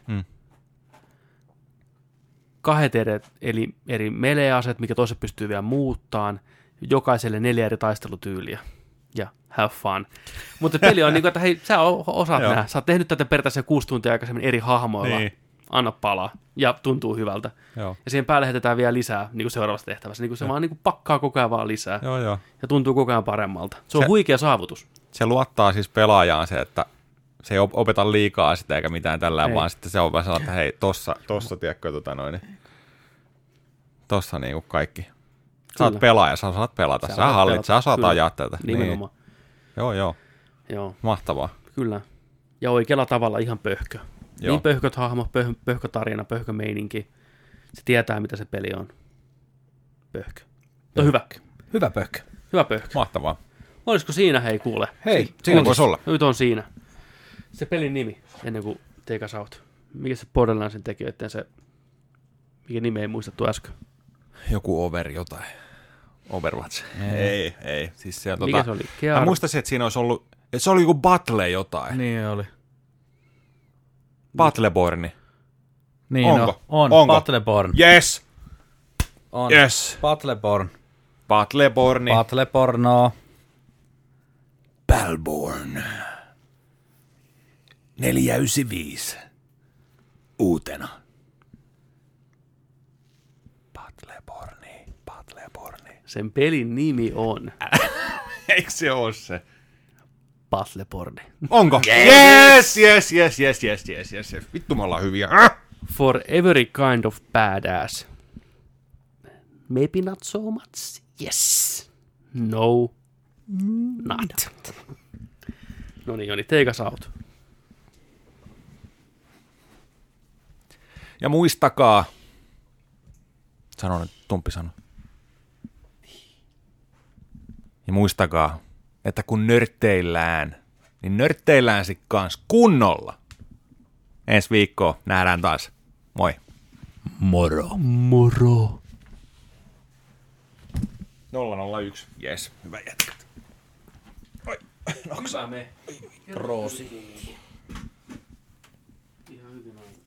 2 eri melee-aseet, mikä toiset pystyy vielä muuttaan, jokaiselle 4 eri taistelutyyliä. Ja have fun. Mutta peli on niin kuin, että hei, sä osaat nämä. Sä oot tehnyt tätä periaatteessa 6 tuntia aikaisemmin eri hahmoilla. Niin. Anna palaa. Ja tuntuu hyvältä. Joo. Ja siihen päälle heitetään vielä lisää niin kuin seuraavassa tehtävässä. Niin kuin se vaan niin kuin pakkaa koko ajan vaan lisää. Joo. Ja tuntuu koko ajan paremmalta. Se on huikea saavutus. Se luottaa siis pelaajaan se, että se ei opeta liikaa sitä eikä mitään tällä, vaan sitten se on vaan sanoa, että hei, tossa tiedätkö, tossa niinku kaikki. Sä oot pelaaja, sä osaat pelata, sä hallit, sä osaat ajaa tätä. Nimenomaan. Niin. Joo. Mahtavaa. Kyllä. Ja oikealla tavalla ihan pöhkö. Joo. Niin pöhköt hahmo, pöhkö tarina, pöhkö meininki. Se tietää, mitä se peli on. Pöhkö. No hyvä. Hyvä pöhkö. Hyvä pöhkö. Mahtavaa. Olisiko siinä, hei kuule? Hei, siinä voisi olla. Nyt on siinä. Se pelin nimi, ennen kuin Take Us Out. Mikä se Borderlandsin tekijöiden se, mikä nimi ei muistettu äsken? Joku over jotain. Overwatch. Ei. Siis se on mikä se oli? Mä muistaisin, että siinä olisi ollut, että se oli joku Battle jotain. Niin oli. Battleborni. Niin onko? On. Battleborn. Yes! On. Yes! Battleborn. Battleborni. Battleborno. Battleborn. 495. Uutena. Battleborni. Sen pelin nimi on. Eikö se ole se? Battleborni. Onko? Yes. Vittu me ollaan hyviä. For every kind of badass. Maybe not so much. Yes. No. Not. No niin, Take Us Out. Ja muistakaa. Sano nyt, Tumppi sano. Ja muistakaa, että kun nörtteillään, niin nörtteillään sit kans kunnolla. Ensi viikkoa nähdään taas. Moi. Moro. 001. Jes, hyvä jätkät. Oi, noksa. Hyvä me. Roosi.